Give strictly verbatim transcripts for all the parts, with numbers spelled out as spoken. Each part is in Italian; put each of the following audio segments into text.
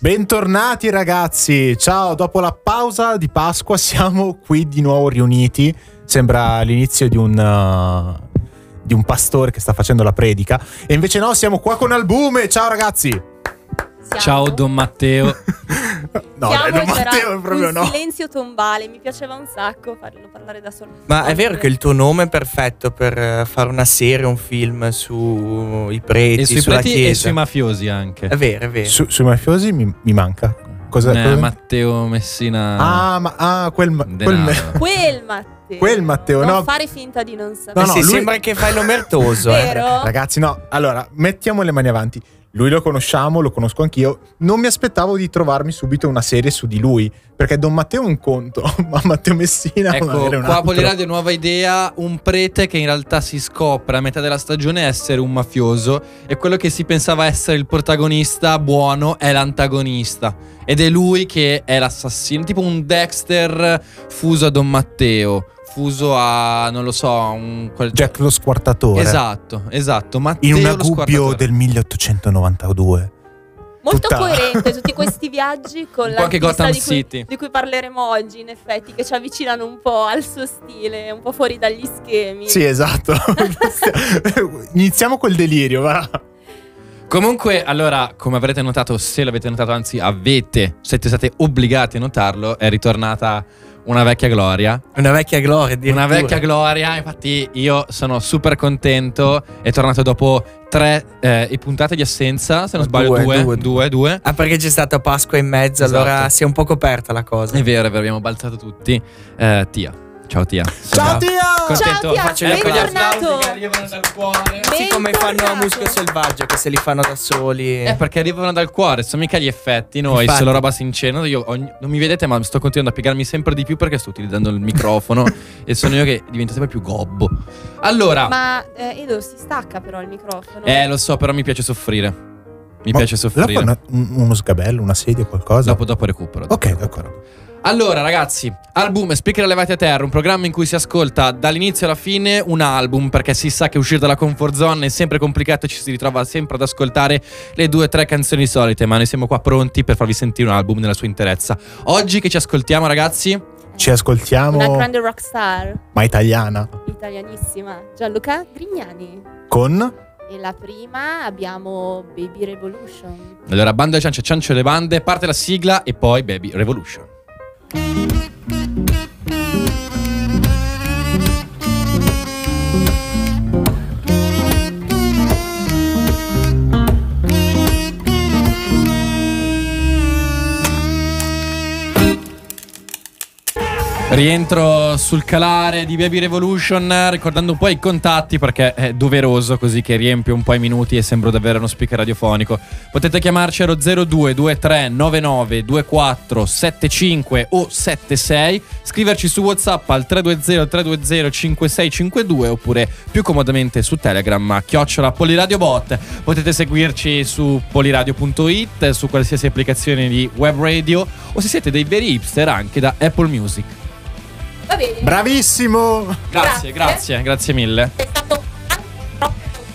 Bentornati ragazzi, ciao, dopo la pausa di Pasqua siamo qui di nuovo riuniti, sembra l'inizio di un, uh, di un pastore che sta facendo la predica, e invece no, siamo qua con Albume, ciao ragazzi! Siamo. Ciao Don Matteo. No, dai, Don Matteo è proprio un no. silenzio tombale, mi piaceva un sacco farlo parlare da solo. Ma è vero che il tuo nome è perfetto per fare una serie, un film sui preti, E sui sulla preti chiesa. e sui mafiosi anche. È vero, è vero. Su, sui mafiosi mi, mi manca. Cosa, Eh, cosa? Matteo Messina. Ah, ma ah, quel, ma- quel, Denaro. Quel Matteo. Quel Matteo, non no. fare finta di non sapere. Eh No, no, sì, lui- sembra che fai l'omertoso. eh. Vero? Ragazzi, no, allora, mettiamo le mani avanti. Lui lo conosciamo, lo conosco anch'io. Non mi aspettavo di trovarmi subito una serie su di lui, perché Don Matteo è un conto, ma Matteo Messina Ecco, magari è un qua altro. Poliradio nuova idea, un prete che in realtà si scopre a metà della stagione essere un mafioso, e quello che si pensava essere il protagonista buono è l'antagonista, ed è lui che è l'assassino, tipo un Dexter fuso a Don Matteo, fuso a, non lo so, un quel... Jack lo squartatore. Esatto, esatto, Matteo In un lo aggubbio squartatore. del milleottocentonovantadue. Molto Tutta- coerente tutti questi viaggi con Un po' anche l'artista Gotham di cui, City. di cui parleremo oggi, in effetti, che ci avvicinano un po' al suo stile, un po' fuori dagli schemi. Sì, esatto. Iniziamo col delirio, va. Comunque, allora, come avrete notato, se l'avete notato, anzi avete, siete stati obbligati a notarlo, è ritornata una vecchia gloria. Una vecchia gloria, addirittura. Una vecchia gloria, infatti io sono super contento, è tornato dopo tre eh, puntate di assenza, se non sbaglio Due, due, due, due, due. Ah, perché c'è stata Pasqua in mezzo, Esatto. allora si è un po' coperta la cosa. È vero, è vero, abbiamo balzato tutti. Eh, Tia, ciao Tia. Ciao Tia! Contento. Ciao Tia, Faccio gli Ecco gli bentornato. applausi che arrivano dal cuore. Sì, come fanno a Bentornato. Muschio Selvaggio, che se li fanno da soli. Eh, perché arrivano dal cuore, sono mica gli effetti, noi, Infatti. solo roba sincera. Io ogni- non mi vedete, ma sto continuando a piegarmi sempre di più perché sto utilizzando il microfono e sono io che divento sempre più gobbo. Allora, Ma eh, Edo, si stacca però il microfono. eh, lo so, però mi piace soffrire. Mi Ma piace là soffrire. fa una- un- uno sgabello, una sedia, qualcosa? Dopo, dopo recupero. dopo Ok, recupero. d'accordo. Allora, ragazzi, Album Speaker Elevati a Terra, un programma in cui si ascolta dall'inizio alla fine un album, perché si sa che uscire dalla comfort zone è sempre complicato e ci si ritrova sempre ad ascoltare le due o tre canzoni solite, ma noi siamo qua pronti per farvi sentire un album nella sua interezza. Oggi che ci ascoltiamo, ragazzi? Ci ascoltiamo, Una grande rockstar, ma italiana, italianissima, Gianluca Grignani. con... E la prima abbiamo Baby Revolution. Allora, banda ciance, ciancio e le bande, parte la sigla e poi Baby Revolution. Rientro sul calare di Baby Revolution, ricordando un po' i contatti perché è doveroso, così che riempio un po' i minuti e sembro davvero uno speaker radiofonico. Potete chiamarci allo zero due due tre nove nove due quattro sette cinque o sette sei, scriverci su WhatsApp al tre due zero tre due zero cinque sei cinque due oppure più comodamente su Telegram a chiocciola Poliradiobot. Potete seguirci su poliradio punto it, su qualsiasi applicazione di web radio, o se siete dei veri hipster anche da Apple Music. Va bene. Bravissimo! Grazie, Grazie. grazie, grazie mille. È stato troppo.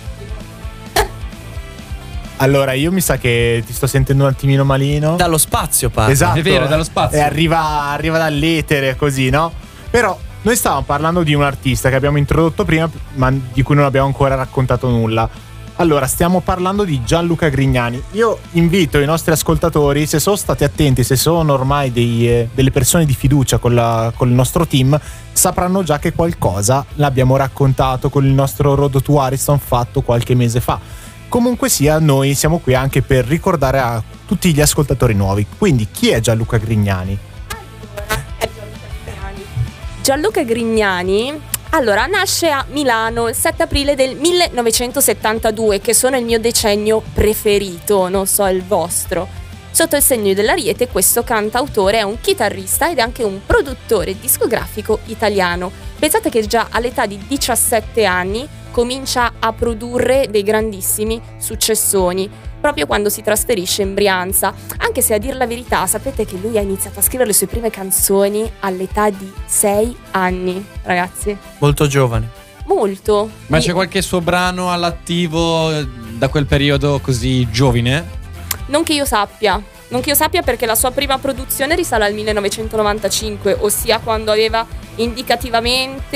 Allora, io mi sa che ti sto sentendo un attimino malino. Dallo spazio parla. Esatto. È vero, dallo spazio. E arriva, arriva dall'etere, così, no? Però noi stavamo parlando di un artista che abbiamo introdotto prima, ma di cui non abbiamo ancora raccontato nulla. Allora, stiamo parlando di Gianluca Grignani. Io invito i nostri ascoltatori, se sono stati attenti, se sono ormai dei, eh, delle persone di fiducia con, la, con il nostro team, sapranno già che qualcosa l'abbiamo raccontato con il nostro Road to Ariston fatto qualche mese fa. Comunque sia, noi siamo qui anche per ricordare a tutti gli ascoltatori nuovi. Quindi, chi è Gianluca Grignani? Gianluca Grignani, allora, nasce a Milano il sette aprile del millenovecentosettantadue, che sono il mio decennio preferito, non so il vostro. Sotto il segno dell'ariete, questo cantautore è un chitarrista ed è anche un produttore discografico italiano. Pensate che già all'età di diciassette anni comincia a produrre dei grandissimi successoni, proprio quando si trasferisce in Brianza. Anche se, a dir la verità, sapete che lui ha iniziato a scrivere le sue prime canzoni all'età di sei anni, ragazzi. Molto giovane. Molto. Ma E c'è qualche suo brano all'attivo eh, da quel periodo così giovine? non che io sappia, Non che io sappia, perché la sua prima produzione risale al millenovecentonovantacinque, ossia quando aveva indicativamente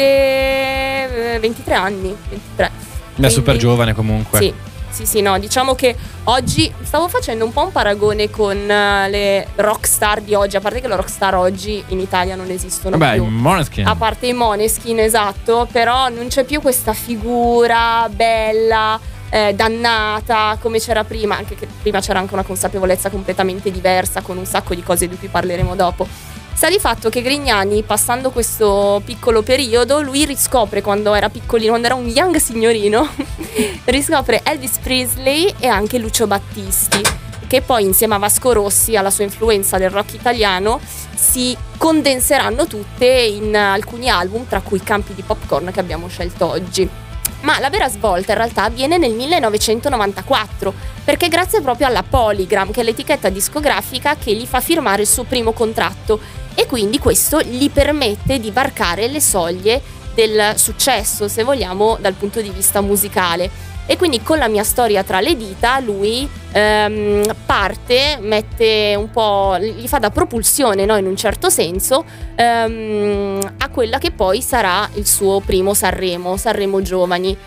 eh, ventitré anni. ventitré. È super giovane comunque. Sì, sì, sì, no, diciamo che oggi stavo facendo un po' un paragone con uh, le rockstar di oggi, a parte che le rockstar oggi in Italia non esistono Vabbè, più. i Måneskin. A parte i Måneskin, esatto, però non c'è più questa figura bella, eh, dannata come c'era prima, anche che prima c'era anche una consapevolezza completamente diversa con un sacco di cose di cui parleremo dopo. Sta di fatto che Grignani, passando questo piccolo periodo, lui riscopre, quando era piccolino, quando era un young signorino, riscopre Elvis Presley e anche Lucio Battisti, che poi insieme a Vasco Rossi, alla sua influenza del rock italiano, si condenseranno tutte in alcuni album, tra cui Campi di Popcorn, che abbiamo scelto oggi. Ma la vera svolta in realtà avviene nel millenovecentonovantaquattro, perché grazie proprio alla Polygram, che è l'etichetta discografica che gli fa firmare il suo primo contratto, e quindi questo gli permette di varcare le soglie del successo, se vogliamo, dal punto di vista musicale. E quindi con La mia storia tra le dita lui ehm, parte, mette un po', gli fa da propulsione, no, in un certo senso, ehm, a quella che poi sarà il suo primo Sanremo, Sanremo Giovani.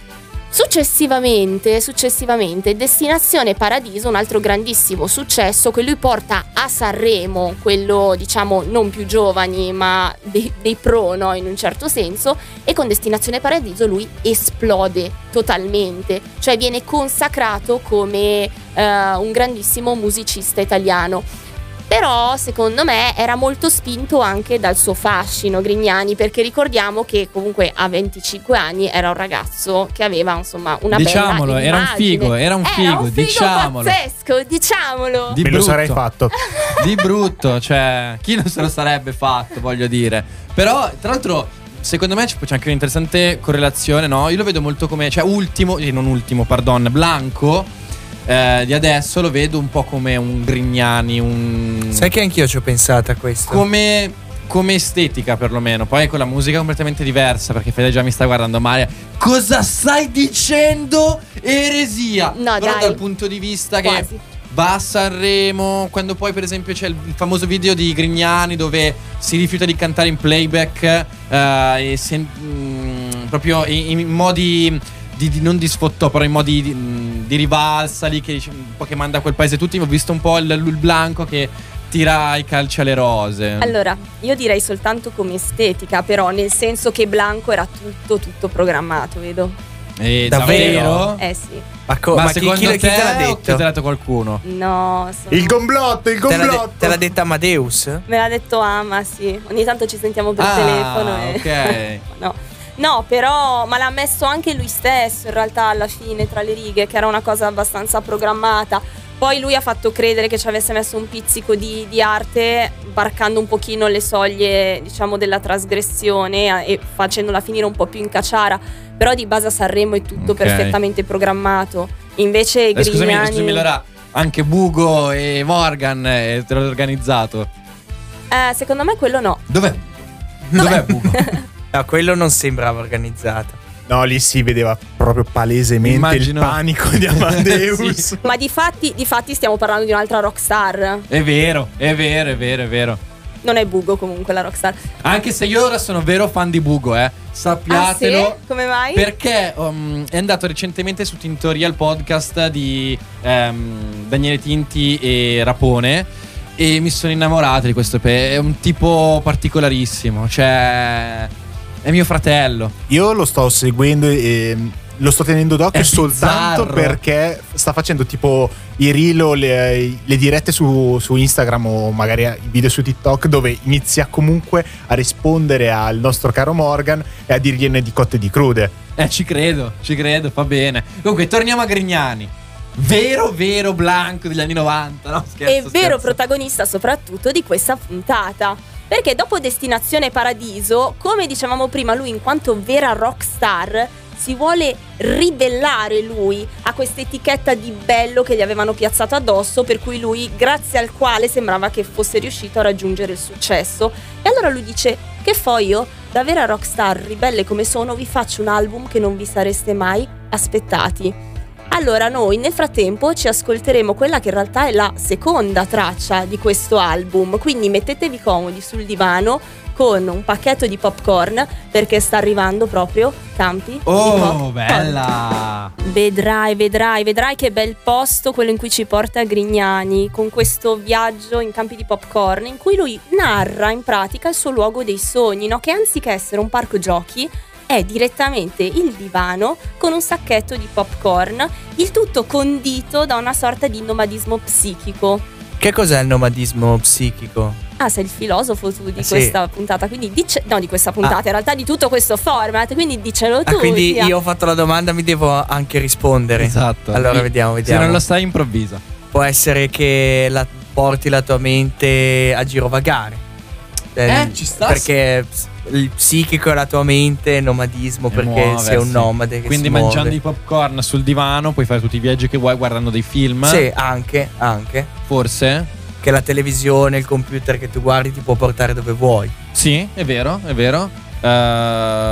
Successivamente, successivamente Destinazione Paradiso, un altro grandissimo successo che lui porta a Sanremo, quello diciamo non più giovani ma dei, dei pro, no, in un certo senso, e con Destinazione Paradiso lui esplode totalmente, cioè viene consacrato come eh, un grandissimo musicista italiano. Però secondo me era molto spinto anche dal suo fascino Grignani, perché ricordiamo che comunque a venticinque anni era un ragazzo che aveva insomma una diciamolo, bella era un immagine. figo, era un figo, era un figo diciamolo. pazzesco, diciamolo. Di Me lo brutto. sarei fatto. Di brutto, cioè chi non se lo sarebbe fatto, voglio dire. Però tra l'altro secondo me c'è anche un'interessante correlazione, no? Io lo vedo molto come, cioè ultimo, eh, non ultimo, pardon, Blanco eh, di adesso lo vedo un po' come un Grignani, un... Sai che anch'io ci ho pensato a questo. Come, come estetica perlomeno. Poi con la musica completamente diversa, perché Fede già mi sta guardando male. Cosa stai dicendo? Eresia. No, Però dai. dal punto di vista che Quasi. va a Sanremo, quando poi per esempio c'è il famoso video di Grignani dove si rifiuta di cantare in playback eh, e se, mh, proprio in, in modi di, di, non di sfottò, però in modi di, mh, di rivalsa lì, che dice, un po' che manda a quel paese tutti. Ho visto un po' il, il Blanco che tira i calci alle rose. Allora, io direi soltanto come estetica, però nel senso che Blanco era tutto tutto programmato, vedo. Eh, Davvero? Eh sì. Ma, co- Ma, ma chi, secondo chi, te, chi te l'ha o chi detto? te l'ha detto qualcuno? No, sono... Il complotto, il Te l'ha, de- complotto. te l'ha detta Amadeus? Me l'ha detto Ama, sì. Ogni tanto ci sentiamo per Ah, telefono e... ok. No. No, però, ma l'ha messo anche lui stesso in realtà alla fine tra le righe, che era una cosa abbastanza programmata. Poi lui ha fatto credere che ci avesse messo un pizzico di, di arte, varcando un pochino le soglie, diciamo, della trasgressione e facendola finire un po' più in caciara. Però di base a Sanremo è tutto Ok. perfettamente programmato. Invece Eh, scusami, Grignani... scusami Laura, anche Bugo e Morgan eh, te l'ho organizzato. Eh, secondo me quello no. Dov'è? Dov'è Bugo? No, quello non sembrava organizzato. No, lì si vedeva proprio palesemente Immagino. il panico di Amadeus. Sì. Ma di fatti, di fatti stiamo parlando di un'altra rockstar. È vero, è vero, è vero, è vero. Non è Bugo comunque la rockstar. Anche se io ora sono vero fan di Bugo, eh. Sappiatelo. Ah, sì? Come mai? Perché um, è andato recentemente su Tintoria, il podcast di ehm, Daniele Tinti e Rapone, e mi sono innamorato di questo. Pe- è un tipo particolarissimo, cioè è mio fratello. Io lo sto seguendo e lo sto tenendo d'occhio È soltanto bizzarro. perché sta facendo tipo i reel o le, le dirette su, su Instagram o magari i video su TikTok, dove inizia comunque a rispondere al nostro caro Morgan e a dirgliene di cotte e di crude. Eh, ci credo, ci credo, fa bene. Comunque, torniamo a Grignani. Vero, vero Blanco degli anni novanta, no? Scherzo, E vero scherzo. protagonista soprattutto di questa puntata. Perché dopo Destinazione Paradiso, come dicevamo prima, lui in quanto vera rockstar si vuole ribellare lui a questa etichetta di bello che gli avevano piazzato addosso, per cui lui, grazie al quale sembrava che fosse riuscito a raggiungere il successo. E allora lui dice: che fo io? Da vera rockstar ribelle come sono vi faccio un album che non vi sareste mai aspettati. Allora noi nel frattempo ci ascolteremo quella che in realtà è la seconda traccia di questo album, quindi mettetevi comodi sul divano con un pacchetto di popcorn perché sta arrivando proprio Campi di Oh, Popcorn. bella! Vedrai, vedrai, vedrai che bel posto quello in cui ci porta Grignani, con questo viaggio in Campi di Popcorn in cui lui narra in pratica il suo luogo dei sogni, no? Che anziché essere un parco giochi è direttamente il divano con un sacchetto di popcorn, il tutto condito da una sorta di nomadismo psichico. Che cos'è il nomadismo psichico? Ah, sei il filosofo tu di Ah, sì. questa puntata, quindi dice, no, di questa puntata, Ah. in realtà di tutto questo format, quindi dicelo tu. Ah, quindi Tia. io ho fatto la domanda, mi devo anche rispondere. Esatto. Allora Mi- vediamo, Se vediamo. non lo sai, improvvisa. Può essere che la, porti la tua mente a girovagare. Eh, ci sta. Perché ps- il psichico è la tua mente, nomadismo, E perché muoversi. sei un nomade che Quindi si mangiando muove. i popcorn sul divano puoi fare tutti i viaggi che vuoi guardando dei film. Sì, anche, anche. Forse. Che la televisione, il computer che tu guardi ti può portare dove vuoi. Sì, è vero, è vero. Eh,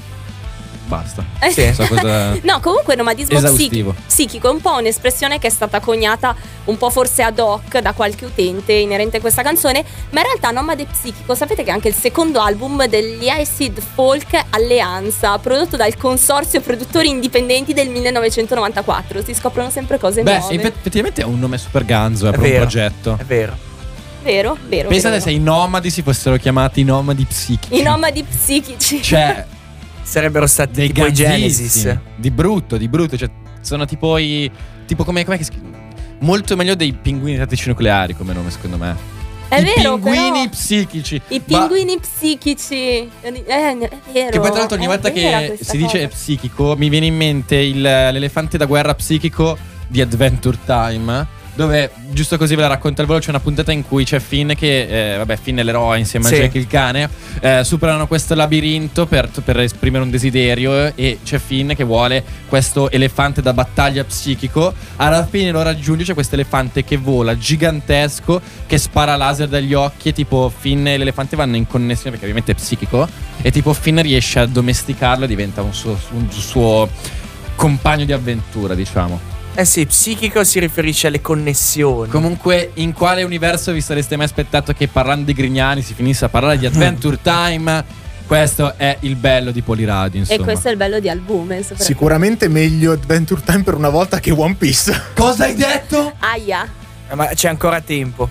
basta. Eh, Sì. Non so cosa... No, comunque nomadismo Esaustivo. psichi- psichico è un po' un'espressione che è stata coniata un po' forse ad hoc da qualche utente inerente a questa canzone, ma in realtà nomade psichico, sapete che è anche il secondo album degli Acid Folk Alleanza, prodotto dal consorzio produttori indipendenti del millenovecentonovantaquattro. Si scoprono sempre cose Beh, nuove. effe- effettivamente è un nome super ganzo, è È per un vero. progetto. È vero. Vero, vero. Pensate vero. se i nomadi si fossero chiamati nomadi psichici. I nomadi psichici. Cioè, Sarebbero stati dei tipo i gazzissimi. Genesis. Di brutto, di brutto. Cioè, sono tipo i... Tipo come... com'è che si chiama? Molto meglio dei pinguini tattici nucleari come nome, secondo me. È I vero, pinguini però. psichici. I Ma- pinguini psichici. Eh, è vero. Che poi tra l'altro ogni è volta vera che questa si dice cosa. psichico mi viene in mente il- l'elefante da guerra psichico di Adventure Time, dove giusto così ve la racconto al volo, c'è una puntata in cui c'è Finn che, eh, vabbè, Finn è l'eroe insieme Sì. a Jack il cane, eh, superano questo labirinto per, per esprimere un desiderio e c'è Finn che vuole questo elefante da battaglia psichico. Alla fine lo raggiunge, c'è questo elefante che vola gigantesco, che spara laser dagli occhi e tipo Finn e l'elefante vanno in connessione perché ovviamente è psichico e tipo Finn riesce a domesticarlo e diventa un suo, un suo compagno di avventura, diciamo. Eh sì, psichico si riferisce alle connessioni. Comunque, in quale universo vi sareste mai aspettato che parlando di Grignani si finisse a parlare di Adventure Time? Questo è il bello di Poliradio, insomma. E questo è il bello di Albumen. soprattutto. Sicuramente meglio Adventure Time per una volta che One Piece. Cosa hai detto? Aia. Eh, ma c'è ancora tempo.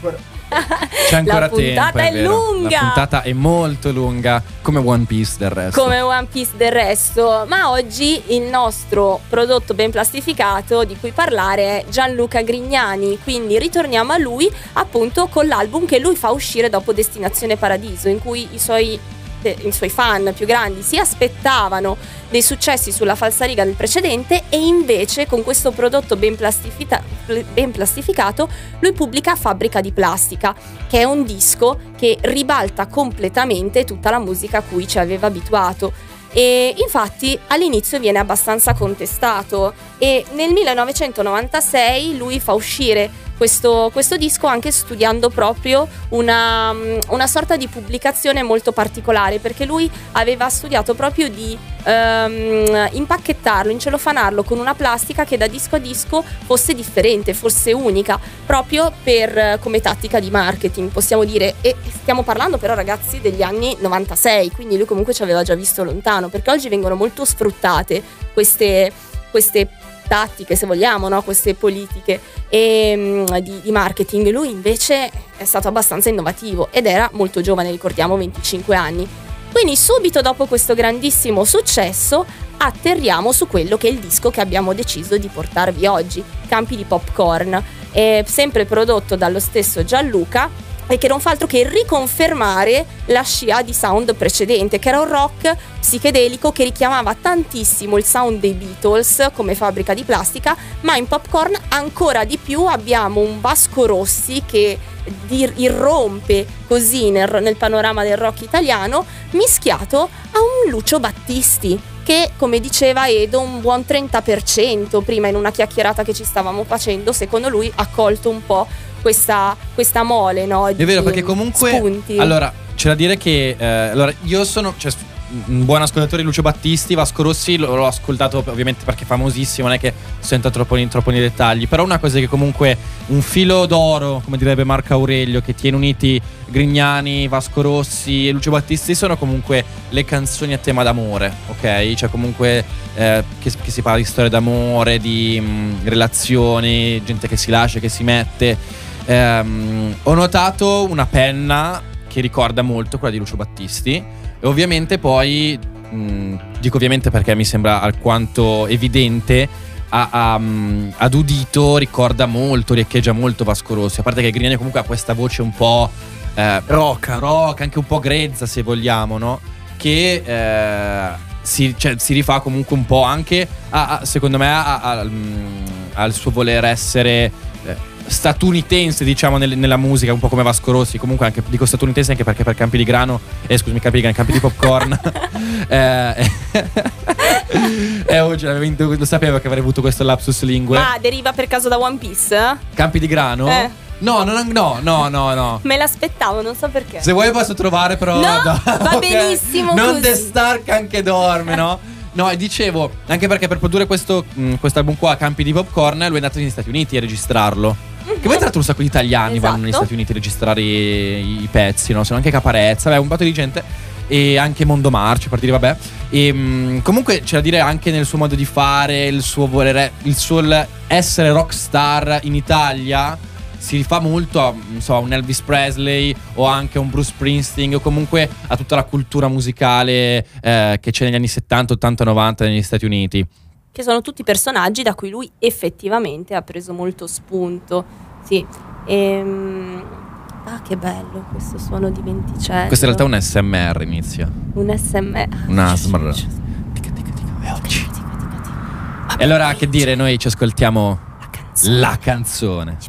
C'è ancora La puntata tempo. è vero. lunga. La puntata è molto lunga, come One Piece del resto. Come One Piece del resto. Ma oggi il nostro prodotto ben plastificato di cui parlare è Gianluca Grignani. Quindi ritorniamo a lui appunto con l'album che lui fa uscire dopo Destinazione Paradiso, in cui i suoi i suoi fan più grandi si aspettavano dei successi sulla falsariga del precedente e invece con questo prodotto ben, plastifita- ben plastificato lui pubblica Fabbrica di Plastica, che è un disco che ribalta completamente tutta la musica a cui ci aveva abituato. E infatti all'inizio viene abbastanza contestato e nel millenovecentonovantasei lui fa uscire questo, questo disco anche studiando proprio una, una sorta di pubblicazione molto particolare, perché lui aveva studiato proprio di um, impacchettarlo, incelofanarlo con una plastica che da disco a disco fosse differente, fosse unica, proprio per come tattica di marketing, possiamo dire. E stiamo parlando però, ragazzi, degli anni novantasei, quindi lui comunque ci aveva già visto lontano, perché oggi vengono molto sfruttate queste, queste tattiche, se vogliamo, no? Queste politiche e, um, di, di marketing. Lui invece è stato abbastanza innovativo ed era molto giovane, ricordiamo venticinque anni. Quindi subito dopo questo grandissimo successo atterriamo su quello che è il disco che abbiamo deciso di portarvi oggi, Campi di Popcorn, è sempre prodotto dallo stesso Gianluca e che non fa altro che riconfermare la scia di sound precedente, che era un rock psichedelico che richiamava tantissimo il sound dei Beatles come Fabbrica di Plastica, ma in Popcorn ancora di più abbiamo un Vasco Rossi che dir- irrompe così nel, nel panorama del rock italiano, mischiato a un Lucio Battisti che, come diceva Edo, un buon trenta per cento prima in una chiacchierata che ci stavamo facendo, secondo lui ha colto un po' questa, questa mole, no? È vero, perché comunque spunti. allora c'è da dire che eh, allora io sono, cioè, un buon ascoltatore di Lucio Battisti. Vasco Rossi l'ho, l'ho ascoltato ovviamente perché è famosissimo, non è che sento troppo, troppo nei dettagli, però una cosa è che comunque un filo d'oro, come direbbe Marco Aurelio, che tiene uniti Grignani, Vasco Rossi e Lucio Battisti sono comunque le canzoni a tema d'amore, ok? Cioè comunque eh, che, che si parla di storie d'amore, di mh, relazioni, gente che si lascia, che si mette. ehm, Ho notato una penna che ricorda molto quella di Lucio Battisti. E ovviamente poi mh, dico ovviamente perché mi sembra alquanto evidente, a, a, mh, ad udito ricorda molto, riecheggia molto Vasco Rossi. A parte che Grignani comunque ha questa voce un po' eh, roca, roca, anche un po' grezza se vogliamo, no? Che eh, si, cioè, si rifà comunque un po' anche a, a, secondo me a, a, mh, al suo voler essere eh, statunitense, diciamo, nel, nella musica, un po' come Vasco Rossi. Comunque anche dico statunitense anche perché per Campi di Grano, eh scusami, Campi di Grano, Campi di Popcorn eh, eh, oggi lo sapevo che avrei avuto questo lapsus lingue. Ma deriva per caso da One Piece? Campi di Grano? Eh. No, no, no, no, no, no. Me l'aspettavo, non so perché. Se vuoi posso trovare, però no, no, va okay. benissimo non così. The Stark anche dorme, no? No, e dicevo, anche perché per produrre questo mh, quest'album qua, Campi di Popcorn, lui è andato negli Stati Uniti a registrarlo. Mm-hmm. Che poi tra l'altro un sacco di italiani esatto. vanno negli Stati Uniti a registrare i, i pezzi, no? Sono anche Caparezza, beh, un botto di gente. E anche Mondo Marcio, per dire, vabbè. E mh, comunque c'è da dire anche nel suo modo di fare, il suo volere, il suo essere rockstar in Italia si rifà molto a, non so, un Elvis Presley o anche un Bruce Springsteen, o comunque a tutta la cultura musicale eh, che c'è negli anni settanta, ottanta, novanta negli Stati Uniti. Che sono tutti personaggi da cui lui effettivamente ha preso molto spunto. Sì. Ehm... Ah, che bello questo suono di venticello. Questo in realtà è un A S M R, inizia. Un S M R. Un A S M R. E allora, che dire, noi ci ascoltiamo la canzone.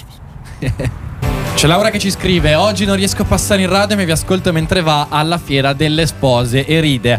C'è Laura che ci scrive: oggi non riesco a passare in radio, ma vi ascolto mentre va alla fiera delle spose e ride.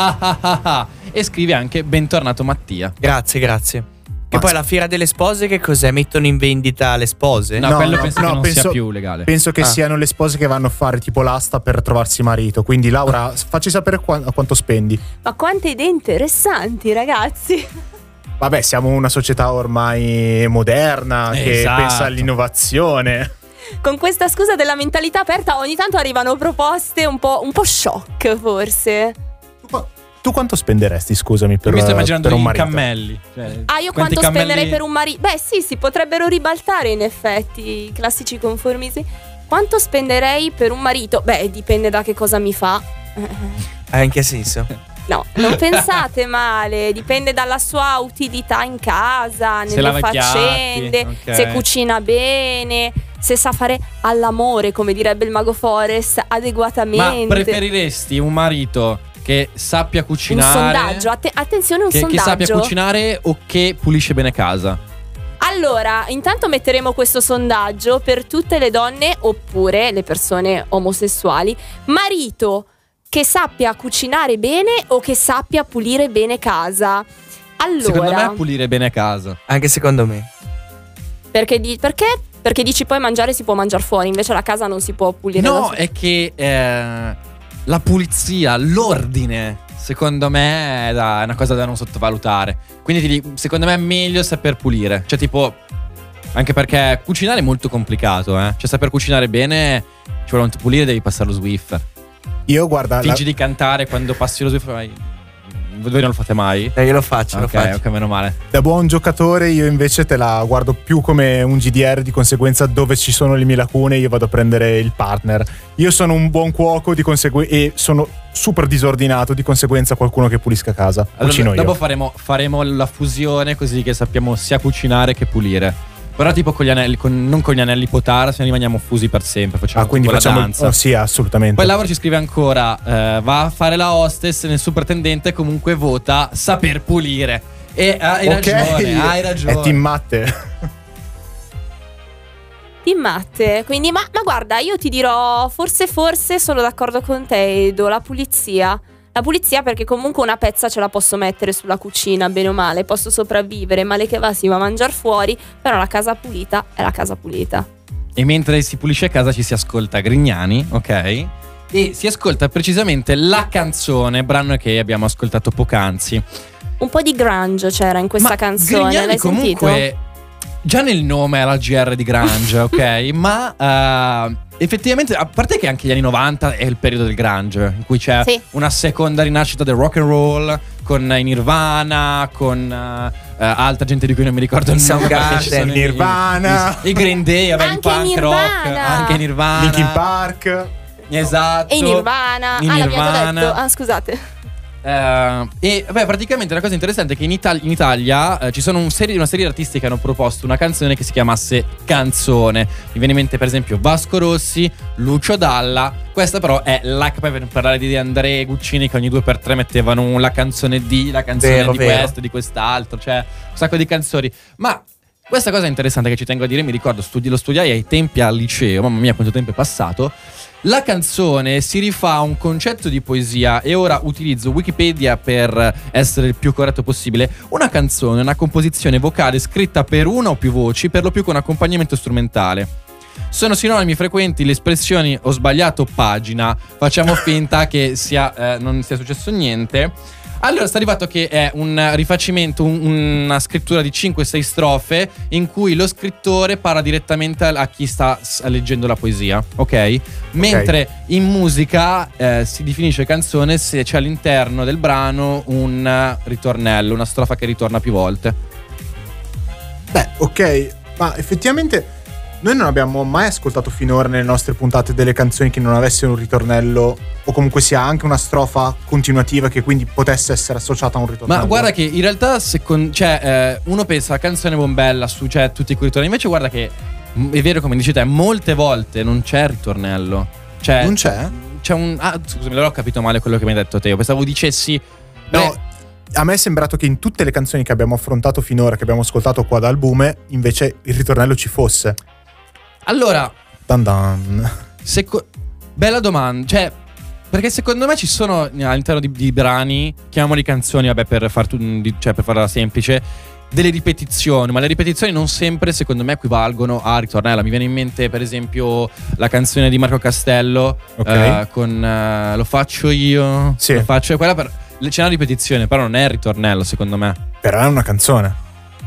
E scrive anche: bentornato Mattia. Grazie, grazie. Che Ma poi la fiera delle spose che cos'è? Mettono in vendita le spose? No, No, quello no, penso no, che non penso- sia più legale. Penso che Ah. siano le spose che vanno a fare tipo l'asta per trovarsi marito. Quindi Laura, facci sapere qua- a quanto spendi. Ma quante idee interessanti, ragazzi. Vabbè, siamo una società ormai moderna che Esatto. pensa all'innovazione. Con questa scusa della mentalità aperta ogni tanto arrivano proposte un po', un po' shock, forse. Tu, qua- tu quanto spenderesti, scusami, per, Io mi sto immaginando per un i marito? cammelli. Cioè, Ah, io quanti quanto cammelli- spenderei per un marito? Beh, sì, si potrebbero ribaltare in effetti i classici conformismi. Quanto spenderei per un marito? Beh, dipende da che cosa mi fa. Eh, in che senso? No, non pensate male, dipende dalla sua utilità in casa, Se nelle lava i piatti, faccende, ok. se cucina bene, se sa fare all'amore, come direbbe il mago Forest, Ma adeguatamente. preferiresti un marito che sappia Un cucinare? sondaggio, atte- attenzione, un che, che sondaggio. sappia cucinare o che pulisce bene casa? Allora, intanto metteremo questo sondaggio per tutte le donne oppure le persone omosessuali. Marito che sappia cucinare bene o che sappia pulire bene casa? Allora, Secondo me pulire bene casa. Anche secondo me. perché, di- perché? Perché dici poi mangiare si può mangiare fuori, invece la casa non si può pulire da No, soli. è che eh, la pulizia, l'ordine, secondo me è, da- è una cosa da non sottovalutare. Quindi ti dico, secondo me è meglio saper pulire. Cioè tipo, anche perché cucinare è molto complicato, eh. Cioè saper cucinare bene, ci vuole tanto pulire, devi passare lo Swiffer. Io guarda, Fingi la- di cantare quando passi lo Swiffer, vai. Voi non lo fate mai? Eh, io lo faccio, lo Ok, faccio. ok, meno male. da buon giocatore io invece te la guardo più come un G D R, di conseguenza dove ci sono le mie lacune io vado a prendere il partner. Io sono un buon cuoco di consegue- e sono super disordinato, di conseguenza qualcuno che pulisca casa. Allora, Cucino io. dopo faremo, faremo la fusione così che sappiamo sia cucinare che pulire. Però tipo con gli anelli, con- non con gli anelli potara, se ne rimaniamo fusi per sempre. Facciamo Ah, quindi tipo la facciamo il- danza. oh, sì, assolutamente. Poi Laura ci scrive ancora: eh, va a fare la hostess nel supertendente, comunque vota saper pulire. E hai Ok, ragione, hai ragione. È team matte. Di matte, quindi ma, ma guarda, io ti dirò, forse forse sono d'accordo con te, Edo, la pulizia. La pulizia, perché comunque una pezza ce la posso mettere sulla cucina, bene o male, posso sopravvivere, male che va si va a mangiare fuori, però la casa pulita è la casa pulita. E mentre si pulisce a casa ci si ascolta Grignani, ok? e si ascolta precisamente la canzone, brano che abbiamo ascoltato poc'anzi. Un po' di grunge c'era in questa Ma canzone, Grignani l'hai comunque, sentito? già nel nome è la G R di grunge, ok? Ma uh, effettivamente, a parte che anche gli anni novanta è il periodo del grunge, in cui c'è Sì. una seconda rinascita del rock and roll, con i Nirvana, con uh, uh, altra gente di cui non mi ricordo il nome, perché ci sono i- Nirvana. i, i Green Day, vabbè, il Anche punk Nirvana. rock, anche Nirvana, Linkin Park. esatto, E i Nirvana. i ah, l'abbiamo già Nirvana. detto. Ah, scusate. Eh, e beh, praticamente la cosa interessante è che in, Ital- in Italia eh, ci sono un serie, una serie di artisti che hanno proposto una canzone che si chiamasse Canzone. Mi viene in mente per esempio Vasco Rossi, Lucio Dalla. Questa però è la che poi per parlare di Andrea Guccini, che ogni due per tre mettevano la canzone di, la canzone Vero, di vero. questo, di quest'altro. Cioè un sacco di canzoni. Ma questa cosa è interessante che ci tengo a dire. Mi ricordo, studi- lo studiai ai tempi al liceo. Mamma mia quanto tempo è passato. La canzone si rifà a un concetto di poesia, e ora utilizzo Wikipedia per essere il più corretto possibile. Una canzone è una composizione vocale scritta per una o più voci, per lo più con accompagnamento strumentale. Sono sinonimi frequenti le espressioni "ho sbagliato pagina", "facciamo finta che sia, eh, non sia successo niente". Allora sta arrivato che è un rifacimento, un- una scrittura di cinque sei strofe in cui lo scrittore parla direttamente a chi sta s- leggendo la poesia, ok? Mentre in musica eh, si definisce canzone se c'è all'interno del brano un eh, ritornello, una strofa che ritorna più volte. Beh, ok, ma effettivamente noi non abbiamo mai ascoltato finora nelle nostre puntate delle canzoni che non avessero un ritornello, o comunque sia anche una strofa continuativa che quindi potesse essere associata a un ritornello. Ma guarda che in realtà secon- cioè, eh, uno pensa a canzone bombella su, cioè, tutti quei ritorni. Invece guarda che m- è vero come dici te, molte volte non c'è il ritornello. Cioè, Non c'è? C'è un ah, scusami, allora ho capito male quello che mi hai detto te. Io pensavo dicessi No, beh, a me è sembrato che in tutte le canzoni che abbiamo affrontato finora, che abbiamo ascoltato qua da albume, invece il ritornello ci fosse. allora Dan dan. seco- bella domanda, cioè, perché secondo me ci sono all'interno di, di brani, chiamiamoli canzoni, vabbè, per, far tu- di- cioè, per farla semplice, delle ripetizioni, ma le ripetizioni non sempre secondo me equivalgono a ritornello. Mi viene in mente per esempio la canzone di Marco Castello, Ok. eh, con eh, Lo faccio io, Sì. lo faccio, quella per, c'è una ripetizione, però non è il ritornello secondo me. Però è una canzone.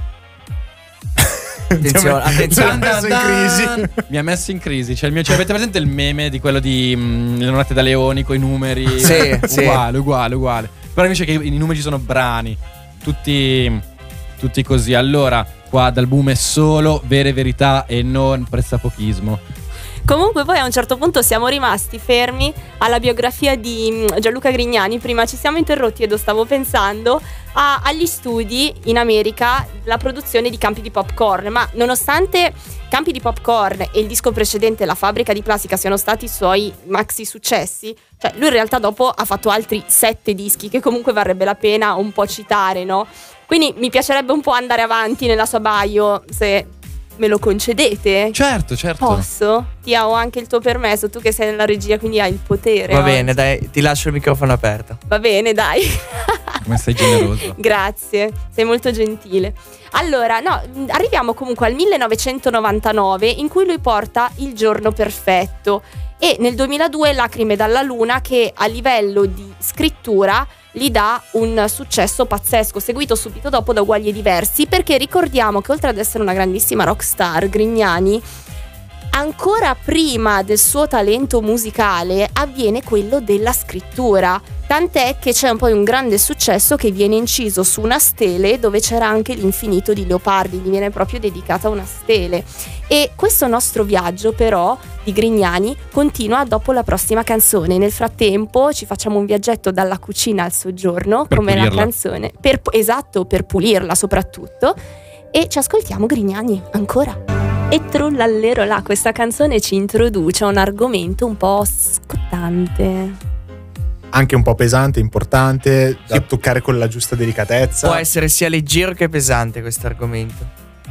Attenzione, attenzione. Mi ha messo in crisi. Mi ha messo in crisi. Cioè, il mio, cioè, avete presente il meme di quello di mm, Leonardo da Leoni con i numeri? Sì, sì. Uguale, uguale, uguale. Però invece che i numeri ci sono brani. Tutti, tutti così. Allora, qua dal boom è solo vere verità e non pressapochismo. Comunque poi a un certo punto siamo rimasti fermi alla biografia di mm, Gianluca Grignani. Prima ci siamo interrotti ed io stavo pensando a- agli studi in America, la produzione di Campi di Popcorn. Ma nonostante Campi di Popcorn e il disco precedente La fabbrica di plastica siano stati i suoi maxi successi, cioè lui in realtà dopo ha fatto altri sette dischi che comunque varrebbe la pena un po' citare, no? Quindi mi piacerebbe un po' andare avanti nella sua bio, se me lo concedete. Certo, certo. Posso? Ti ho anche il tuo permesso, tu che sei nella regia, quindi hai il potere. Va oggi. bene, dai, ti lascio il microfono aperto. Va bene, dai. Come sei generoso. Grazie, sei molto gentile. Allora, no, arriviamo comunque al millenovecentonovantanove, in cui lui porta Il giorno perfetto, e nel duemiladue Lacrime dalla luna, che a livello di scrittura gli dà un successo pazzesco, seguito subito dopo da Uguali e diversi, perché ricordiamo che oltre ad essere una grandissima rockstar, Grignani, ancora prima del suo talento musicale avviene quello della scrittura, tant'è che c'è un po' un grande successo che viene inciso su una stele dove c'era anche l'infinito di Leopardi, gli viene proprio dedicata una stele. E questo nostro viaggio però di Grignani continua dopo la prossima canzone. Nel frattempo ci facciamo un viaggetto dalla cucina al soggiorno, Per come la pulirla. canzone, per, esatto, per pulirla soprattutto, e ci ascoltiamo Grignani ancora. E trullallero là, questa canzone ci introduce a un argomento un po' scottante. Anche un po' pesante, importante, da toccare con la giusta delicatezza. Può essere sia leggero che pesante questo argomento.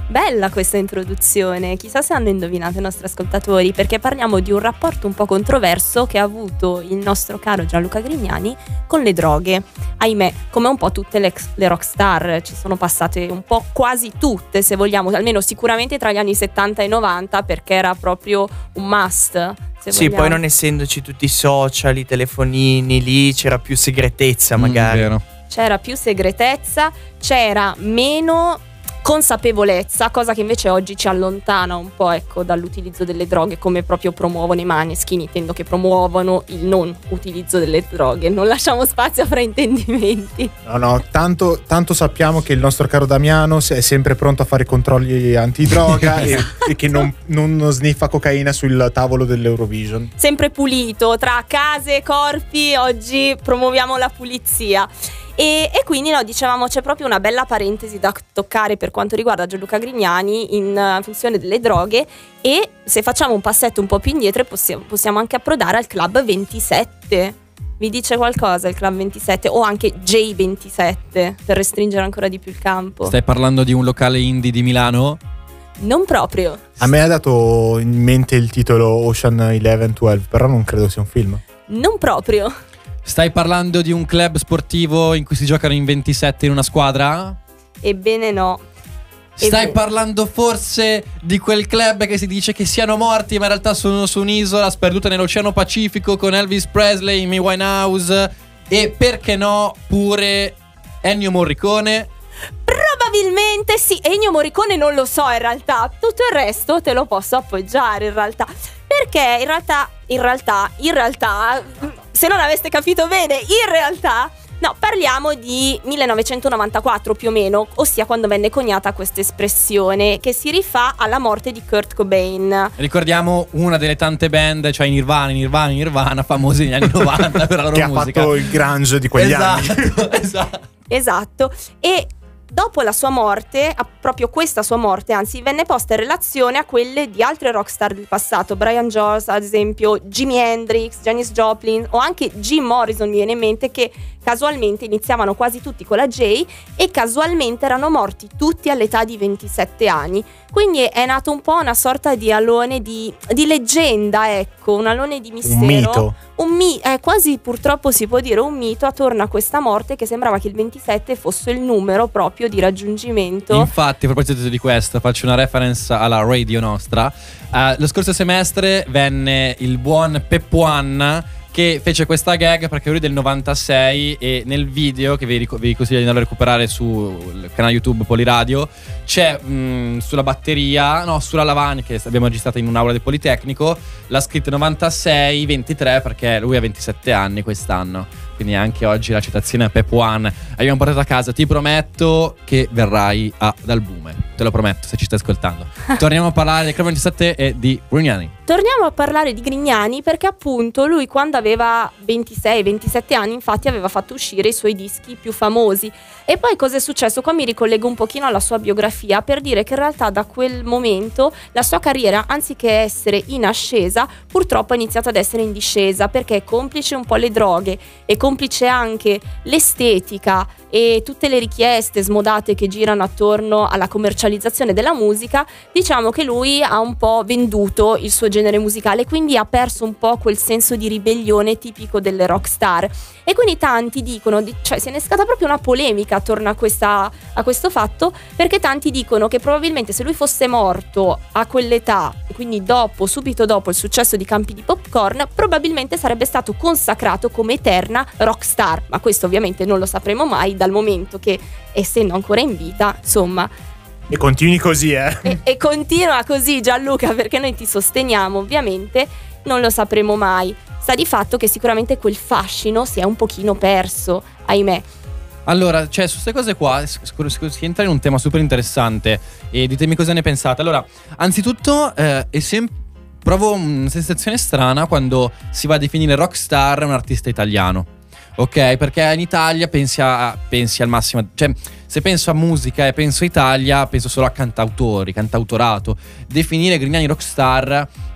Bella questa introduzione, chissà se hanno indovinato i nostri ascoltatori, perché parliamo di un rapporto un po' controverso che ha avuto il nostro caro Gianluca Grignani con le droghe. Ahimè, come un po' tutte le, le rockstar, ci sono passate un po' quasi tutte, se vogliamo, almeno sicuramente tra gli anni settanta e novanta, perché era proprio un must. Se sì, vogliamo. Poi non essendoci tutti i social, i telefonini, lì c'era più segretezza Mm, magari. vero. C'era più segretezza, c'era meno consapevolezza, cosa che invece oggi ci allontana un po', ecco, dall'utilizzo delle droghe, come proprio promuovono i Maneskin, intendo che promuovono il non utilizzo delle droghe. Non lasciamo spazio a fraintendimenti. No, no, tanto, tanto sappiamo che il nostro caro Damiano è sempre pronto a fare controlli antidroga e, e che non, non sniffa cocaina sul tavolo dell'Eurovision. Sempre pulito, tra case e corpi, oggi promuoviamo la pulizia. E, e quindi no, dicevamo, c'è proprio una bella parentesi da toccare per quanto riguarda Gianluca Grignani in uh, funzione delle droghe, e se facciamo un passetto un po' più indietro possiamo, possiamo anche approdare al Club ventisette. Vi dice qualcosa il Club ventisette o anche J ventisette per restringere ancora di più il campo? Stai parlando di un locale indie di Milano? Non proprio. A me ha dato in mente il titolo Ocean Eleven dodici, però non credo sia un film. Non proprio. Stai parlando di un club sportivo in cui si giocano in ventisette in una squadra? Ebbene no. Stai Ebbe- parlando forse di quel club che si dice che siano morti, ma in realtà sono su un'isola sperduta nell'Oceano Pacifico con Elvis Presley, Amy Winehouse e, perché no, pure Ennio Morricone? Probabilmente sì. Ennio Morricone non lo so in realtà. Tutto il resto te lo posso appoggiare in realtà. Perché in realtà, in realtà, in realtà, se non aveste capito bene, in realtà, no, parliamo di millenovecentonovantaquattro più o meno, ossia quando venne coniata questa espressione che si rifà alla morte di Kurt Cobain. Ricordiamo una delle tante band, cioè Nirvana, Nirvana, Nirvana, famosi negli anni novanta per la loro Che musica. ha fatto il grunge di quegli esatto, anni. Esatto. Esatto. E dopo la sua morte, a- proprio questa sua morte, anzi, venne posta in relazione a quelle di altre rockstar del passato, Brian Jones ad esempio, Jimi Hendrix, Janis Joplin o anche Jim Morrison, mi viene in mente, che casualmente iniziavano quasi tutti con la J e casualmente erano morti tutti all'età di ventisette anni. Quindi è nato un po' una sorta di alone di, di leggenda, ecco, un alone di mistero. Un mito. Un mi- eh, quasi purtroppo si può dire un mito attorno a questa morte, che sembrava che il ventisette fosse il numero proprio di raggiungimento. Infatti, a proposito di questo, faccio una reference alla radio nostra. Eh, lo scorso semestre venne il buon Peppuan che fece questa gag, perché lui è del novantasei e nel video, che vi, ric- vi consiglio di andare a recuperare sul canale YouTube Poliradio, c'è mh, sulla batteria, no, sulla lavagna che abbiamo registrato in un'aula del Politecnico, l'ha scritto novantasei ventitré perché lui ha ventisette anni quest'anno. Quindi anche oggi la citazione a Pep One abbiamo portato a casa. Ti prometto che verrai ad albume, te lo prometto, se ci stai ascoltando. Torniamo a parlare del Club ventisette e di Grignani. Torniamo a parlare di Grignani perché appunto lui, quando aveva ventisei ventisette anni, infatti aveva fatto uscire i suoi dischi più famosi. E poi cosa è successo? Qua mi ricollego un pochino alla sua biografia per dire che in realtà da quel momento la sua carriera, anziché essere in ascesa, purtroppo ha iniziato ad essere in discesa, perché è complice un po' le droghe, è complice anche l'estetica e tutte le richieste smodate che girano attorno alla commercializzazione della musica. Diciamo che lui ha un po' venduto il suo genere musicale, quindi ha perso un po' quel senso di ribellione tipico delle rockstar. E quindi tanti dicono, cioè si è innescata proprio una polemica attorno a, questa, a questo fatto, perché tanti dicono che probabilmente se lui fosse morto a quell'età, e quindi dopo, subito dopo il successo di Campi di Popcorn, probabilmente sarebbe stato consacrato come eterna rockstar. Ma questo ovviamente non lo sapremo mai, dal momento che, essendo ancora in vita, insomma... E continui così, eh. E, e continua così, Gianluca, perché noi ti sosteniamo, ovviamente, non lo sapremo mai. Sta di fatto che sicuramente quel fascino si è un pochino perso, ahimè. Allora, cioè, su queste cose qua si si entra in un tema super interessante e ditemi cosa ne pensate. Allora, anzitutto eh, è sempre provo una sensazione strana quando si va a definire rockstar un artista italiano. Ok, perché in Italia pensi, a, pensi al massimo, cioè se penso a musica e penso a Italia penso solo a cantautori, cantautorato. Definire Grignani rockstar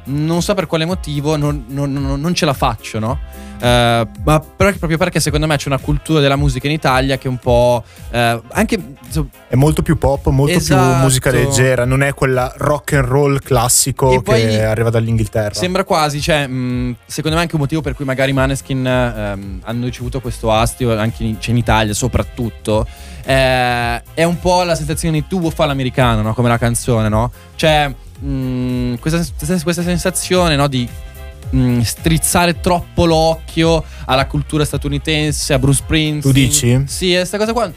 non so per quale motivo non, non, non, non ce la faccio, no? Uh, ma però proprio perché secondo me c'è una cultura della musica in Italia che è un po' uh, anche è molto più pop, molto esatto. più musica leggera, non è quella rock and roll classico e che arriva dall'Inghilterra. Sembra quasi, cioè mh, secondo me anche un motivo per cui magari Maneskin um, hanno ricevuto questo astio anche in, cioè in Italia soprattutto, eh, è un po' la sensazione di tubo fa l'americano, no? Come la canzone, no? Cioè mh, questa, questa sensazione, no? Di strizzare troppo l'occhio alla cultura statunitense, a Bruce Springsteen. Tu dici? Sì, questa cosa qua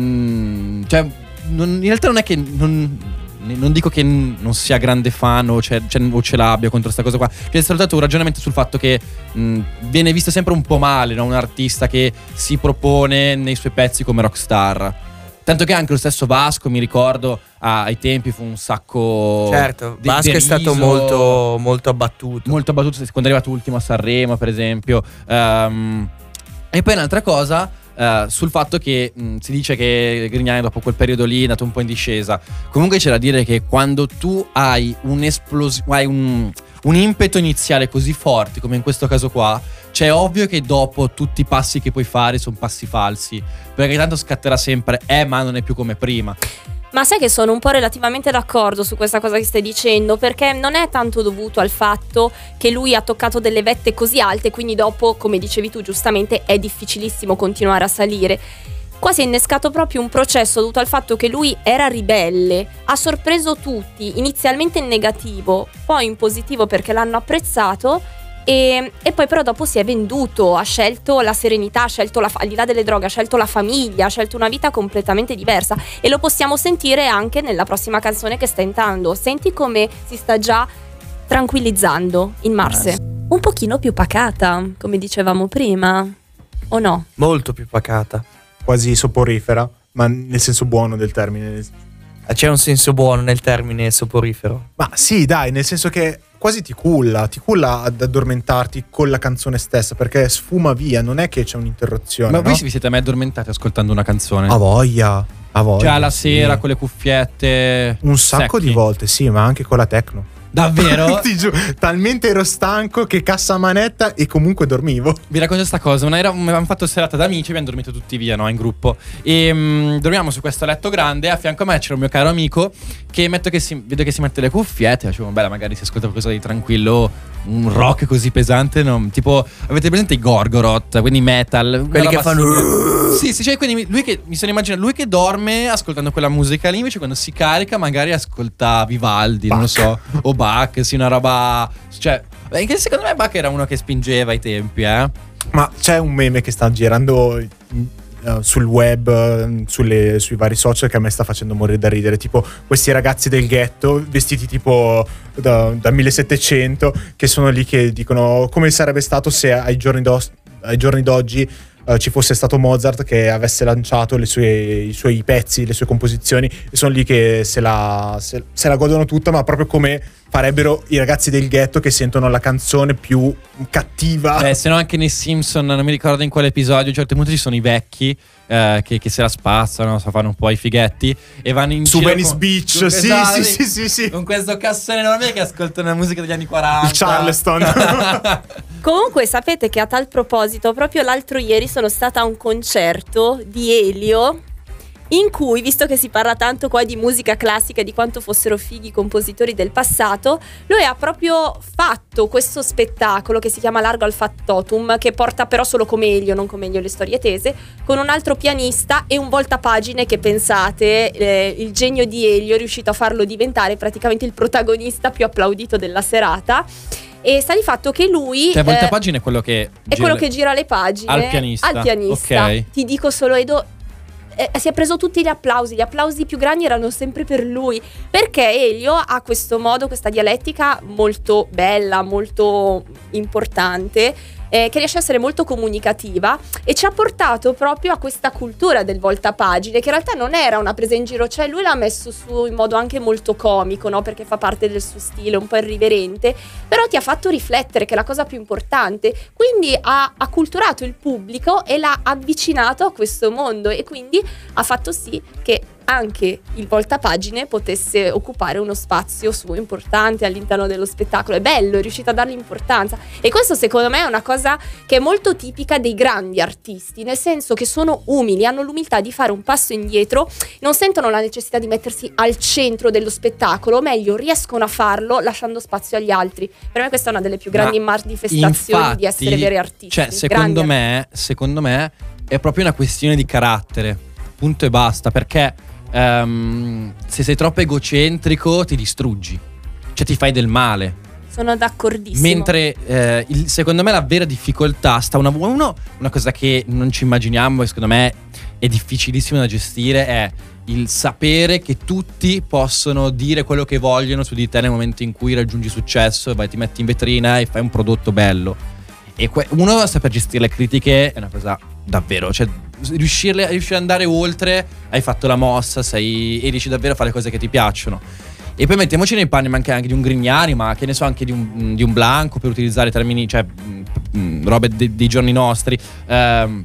mm, cioè non, in realtà non è che non, non dico che non sia grande fan o, c'è, c'è, o ce l'abbia contro questa cosa qua. C'è stato un ragionamento sul fatto che mh, viene visto sempre un po' male, no? Un artista che si propone nei suoi pezzi come rockstar. Tanto che anche lo stesso Vasco, mi ricordo, ah, ai tempi fu un sacco. Certo, de- Vasco deriso, è stato molto, molto abbattuto. Molto abbattuto quando è arrivato ultimo a Sanremo, per esempio. Um, e poi un'altra cosa, uh, sul fatto che mh, si dice che Grignani dopo quel periodo lì è andato un po' in discesa. Comunque c'è da dire che quando tu hai un'esplosione, hai un, un impeto iniziale così forte come in questo caso qua, c'è ovvio che dopo tutti i passi che puoi fare sono passi falsi, perché tanto scatterà sempre eh ma non è più come prima. Ma sai che sono un po' relativamente d'accordo su questa cosa che stai dicendo, perché non è tanto dovuto al fatto che lui ha toccato delle vette così alte, quindi dopo, come dicevi tu giustamente, è difficilissimo continuare a salire. Qua si è innescato proprio un processo dovuto al fatto che lui era ribelle, ha sorpreso tutti, inizialmente in negativo, poi in positivo perché l'hanno apprezzato. E, e poi però dopo si è venduto, ha scelto la serenità, ha scelto la, al di là delle droghe, ha scelto la famiglia, ha scelto una vita completamente diversa, e lo possiamo sentire anche nella prossima canzone che sta entrando. Senti come si sta già tranquillizzando in Marse, un pochino più pacata, come dicevamo prima, o no? Molto più pacata, quasi soporifera, ma nel senso buono del termine. C'è un senso buono nel termine soporifero. Ma sì, dai, nel senso che quasi ti culla, ti culla ad addormentarti con la canzone stessa, perché sfuma via, non è che c'è un'interruzione. Ma no? voi vi siete mai addormentati ascoltando una canzone? A voglia, a voglia. Già la sì. sera con le cuffiette. Un sacco secchi. di volte, sì, ma anche con la techno. Davvero? Ti giuro, talmente ero stanco che cassa manetta e comunque dormivo. Vi racconto questa cosa. Una era, avevamo fatto serata da amici, abbiamo dormito tutti via, no? In gruppo. E um, dormiamo su questo letto grande. A fianco a me c'era un mio caro amico che metto che si, vedo che si mette le cuffiette. Facevo, bella, magari si ascolta qualcosa di tranquillo. Un rock così pesante, no? Tipo, avete presente i Gorgoroth, quindi metal, quelli che fanno super... Sì, sì, cioè quindi lui che mi sono immaginato lui che dorme ascoltando quella musica lì, invece quando si carica magari ascolta Vivaldi, Bach. non lo so, o Bach, sì, una roba, cioè, che secondo me Bach era uno che spingeva ai tempi, eh. Ma c'è un meme che sta girando uh, sul web, uh, sulle, sui vari social, che a me sta facendo morire da ridere. Tipo questi ragazzi del ghetto vestiti tipo da, da millesettecento, che sono lì che dicono come sarebbe stato se ai giorni, d'os- ai giorni d'oggi uh, ci fosse stato Mozart che avesse lanciato le sue, i suoi pezzi, le sue composizioni, e sono lì che se la, se, se la godono tutta, ma proprio come farebbero i ragazzi del ghetto che sentono la canzone più cattiva. Beh, se no anche nei Simpson, non mi ricordo in quale episodio, a un certo punto ci sono i vecchi eh, che, che se la spazzano, so, fanno un po' i fighetti e vanno in su giro Venice con, Beach, con sì, questa- sì, sì, sì, sì. con questo cassone enorme che ascoltano la musica degli anni quaranta. Il Charleston. Comunque sapete che a tal proposito proprio l'altro ieri sono stata a un concerto di Elio, in cui, visto che si parla tanto qua di musica classica e di quanto fossero fighi i compositori del passato, lui ha proprio fatto questo spettacolo che si chiama Largo al Factotum, che porta però solo come Elio, non come Elio le storie tese, con un altro pianista e un voltapagine che, pensate, eh, il genio di Elio è riuscito a farlo diventare praticamente il protagonista più applaudito della serata. E sta di fatto che lui Cioè, eh, voltapagine è quello che è gira quello le- che gira le pagine al pianista. al pianista. Ok. Ti dico solo, Edo, eh, si è preso tutti gli applausi. Gli applausi più grandi erano sempre per lui, perché Elio ha questo modo, questa dialettica molto bella, molto importante, eh, che riesce a essere molto comunicativa, e ci ha portato proprio a questa cultura del voltapagine, che in realtà non era una presa in giro, cioè lui l'ha messo su in modo anche molto comico, no? Perché fa parte del suo stile, un po' irriverente, però ti ha fatto riflettere, che è la cosa più importante. Quindi ha acculturato il pubblico e l'ha avvicinato a questo mondo, e quindi ha fatto sì che anche il voltapagine potesse occupare uno spazio suo importante all'interno dello spettacolo. È bello, è riuscita a dargli importanza, e questo secondo me è una cosa che è molto tipica dei grandi artisti, nel senso che sono umili, hanno l'umiltà di fare un passo indietro, non sentono la necessità di mettersi al centro dello spettacolo, o meglio riescono a farlo lasciando spazio agli altri. Per me questa è una delle più grandi Ma manifestazioni infatti, di essere veri artisti. Cioè, secondo grandi me, secondo me è proprio una questione di carattere, punto e basta, perché um, se sei troppo egocentrico ti distruggi, cioè ti fai del male. Sono d'accordissimo. Mentre eh, il, secondo me la vera difficoltà sta una, uno, una cosa che non ci immaginiamo e secondo me è difficilissimo da gestire, è il sapere che tutti possono dire quello che vogliono su di te nel momento in cui raggiungi successo e vai, ti metti in vetrina e fai un prodotto bello. E que- uno saper gestire le critiche è una cosa davvero, cioè riuscirle, riuscire ad andare oltre, hai fatto la mossa, sei, e riesci davvero a fare cose che ti piacciono. E poi mettiamoci nei panni anche, anche di un Grignani, ma che ne so, anche di un, di un Blanco, per utilizzare termini, cioè mh, mh, robe de- dei giorni nostri. Ehm,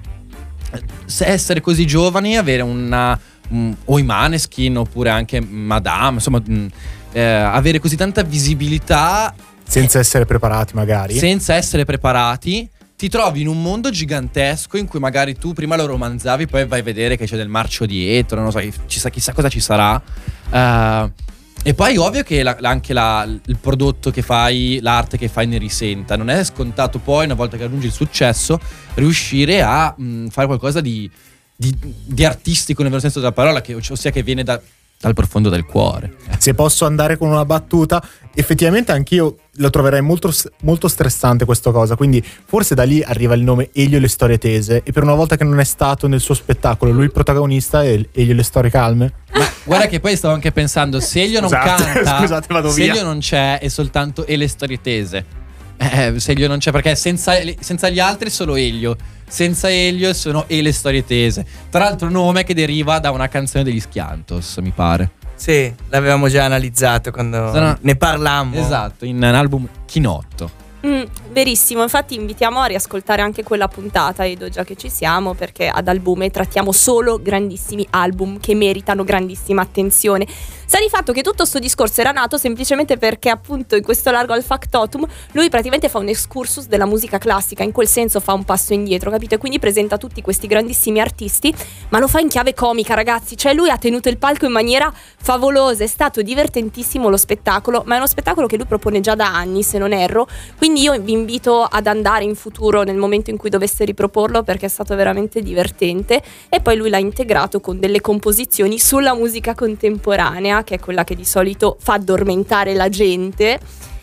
se essere così giovani, avere una mh, o i Maneskin oppure anche Madame, insomma, mh, eh, avere così tanta visibilità senza essere preparati magari. Senza essere preparati, ti trovi in un mondo gigantesco in cui magari tu prima lo romanzavi, poi vai a vedere che c'è del marcio dietro, non so, chissà, chissà cosa ci sarà. Uh, e poi ovvio che la, anche la, il prodotto che fai, l'arte che fai ne risenta. Non è scontato poi, una volta che raggiungi il successo, riuscire a mh, fare qualcosa di, di, di artistico nel vero senso della parola, che, ossia che viene da, dal profondo del cuore. Se posso andare con una battuta, effettivamente anch'io lo troverei molto, molto stressante questa cosa, quindi forse da lì arriva il nome Elio e le storie tese, e per una volta che non è stato nel suo spettacolo lui il protagonista e Elio e le storie calme. Ma guarda che poi stavo anche pensando, se Elio non Scusate, canta, scusate, vado se via. Elio non c'è è soltanto e le storie tese. Eh, se Elio non c'è, perché senza, senza gli altri è solo Elio, senza Elio sono e le storie tese. Tra l'altro nome che deriva da una canzone degli Schiantos, mi pare. Sì, l'avevamo già analizzato quando Sono... ne parlammo. Esatto, in un album Chinotto. Mm, verissimo, infatti invitiamo a riascoltare anche quella puntata, Edo, già che ci siamo, perché ad Albume trattiamo solo grandissimi album che meritano grandissima attenzione. Sta di fatto che tutto sto discorso era nato semplicemente perché appunto in questo largo al factotum lui praticamente fa un excursus della musica classica, in quel senso fa un passo indietro, capito? E quindi presenta tutti questi grandissimi artisti, ma lo fa in chiave comica, ragazzi, cioè lui ha tenuto il palco in maniera favolosa, è stato divertentissimo lo spettacolo, ma è uno spettacolo che lui propone già da anni, se non erro, quindi io vi invito ad andare in futuro nel momento in cui dovesse riproporlo, perché è stato veramente divertente. E poi lui l'ha integrato con delle composizioni sulla musica contemporanea, che è quella che di solito fa addormentare la gente,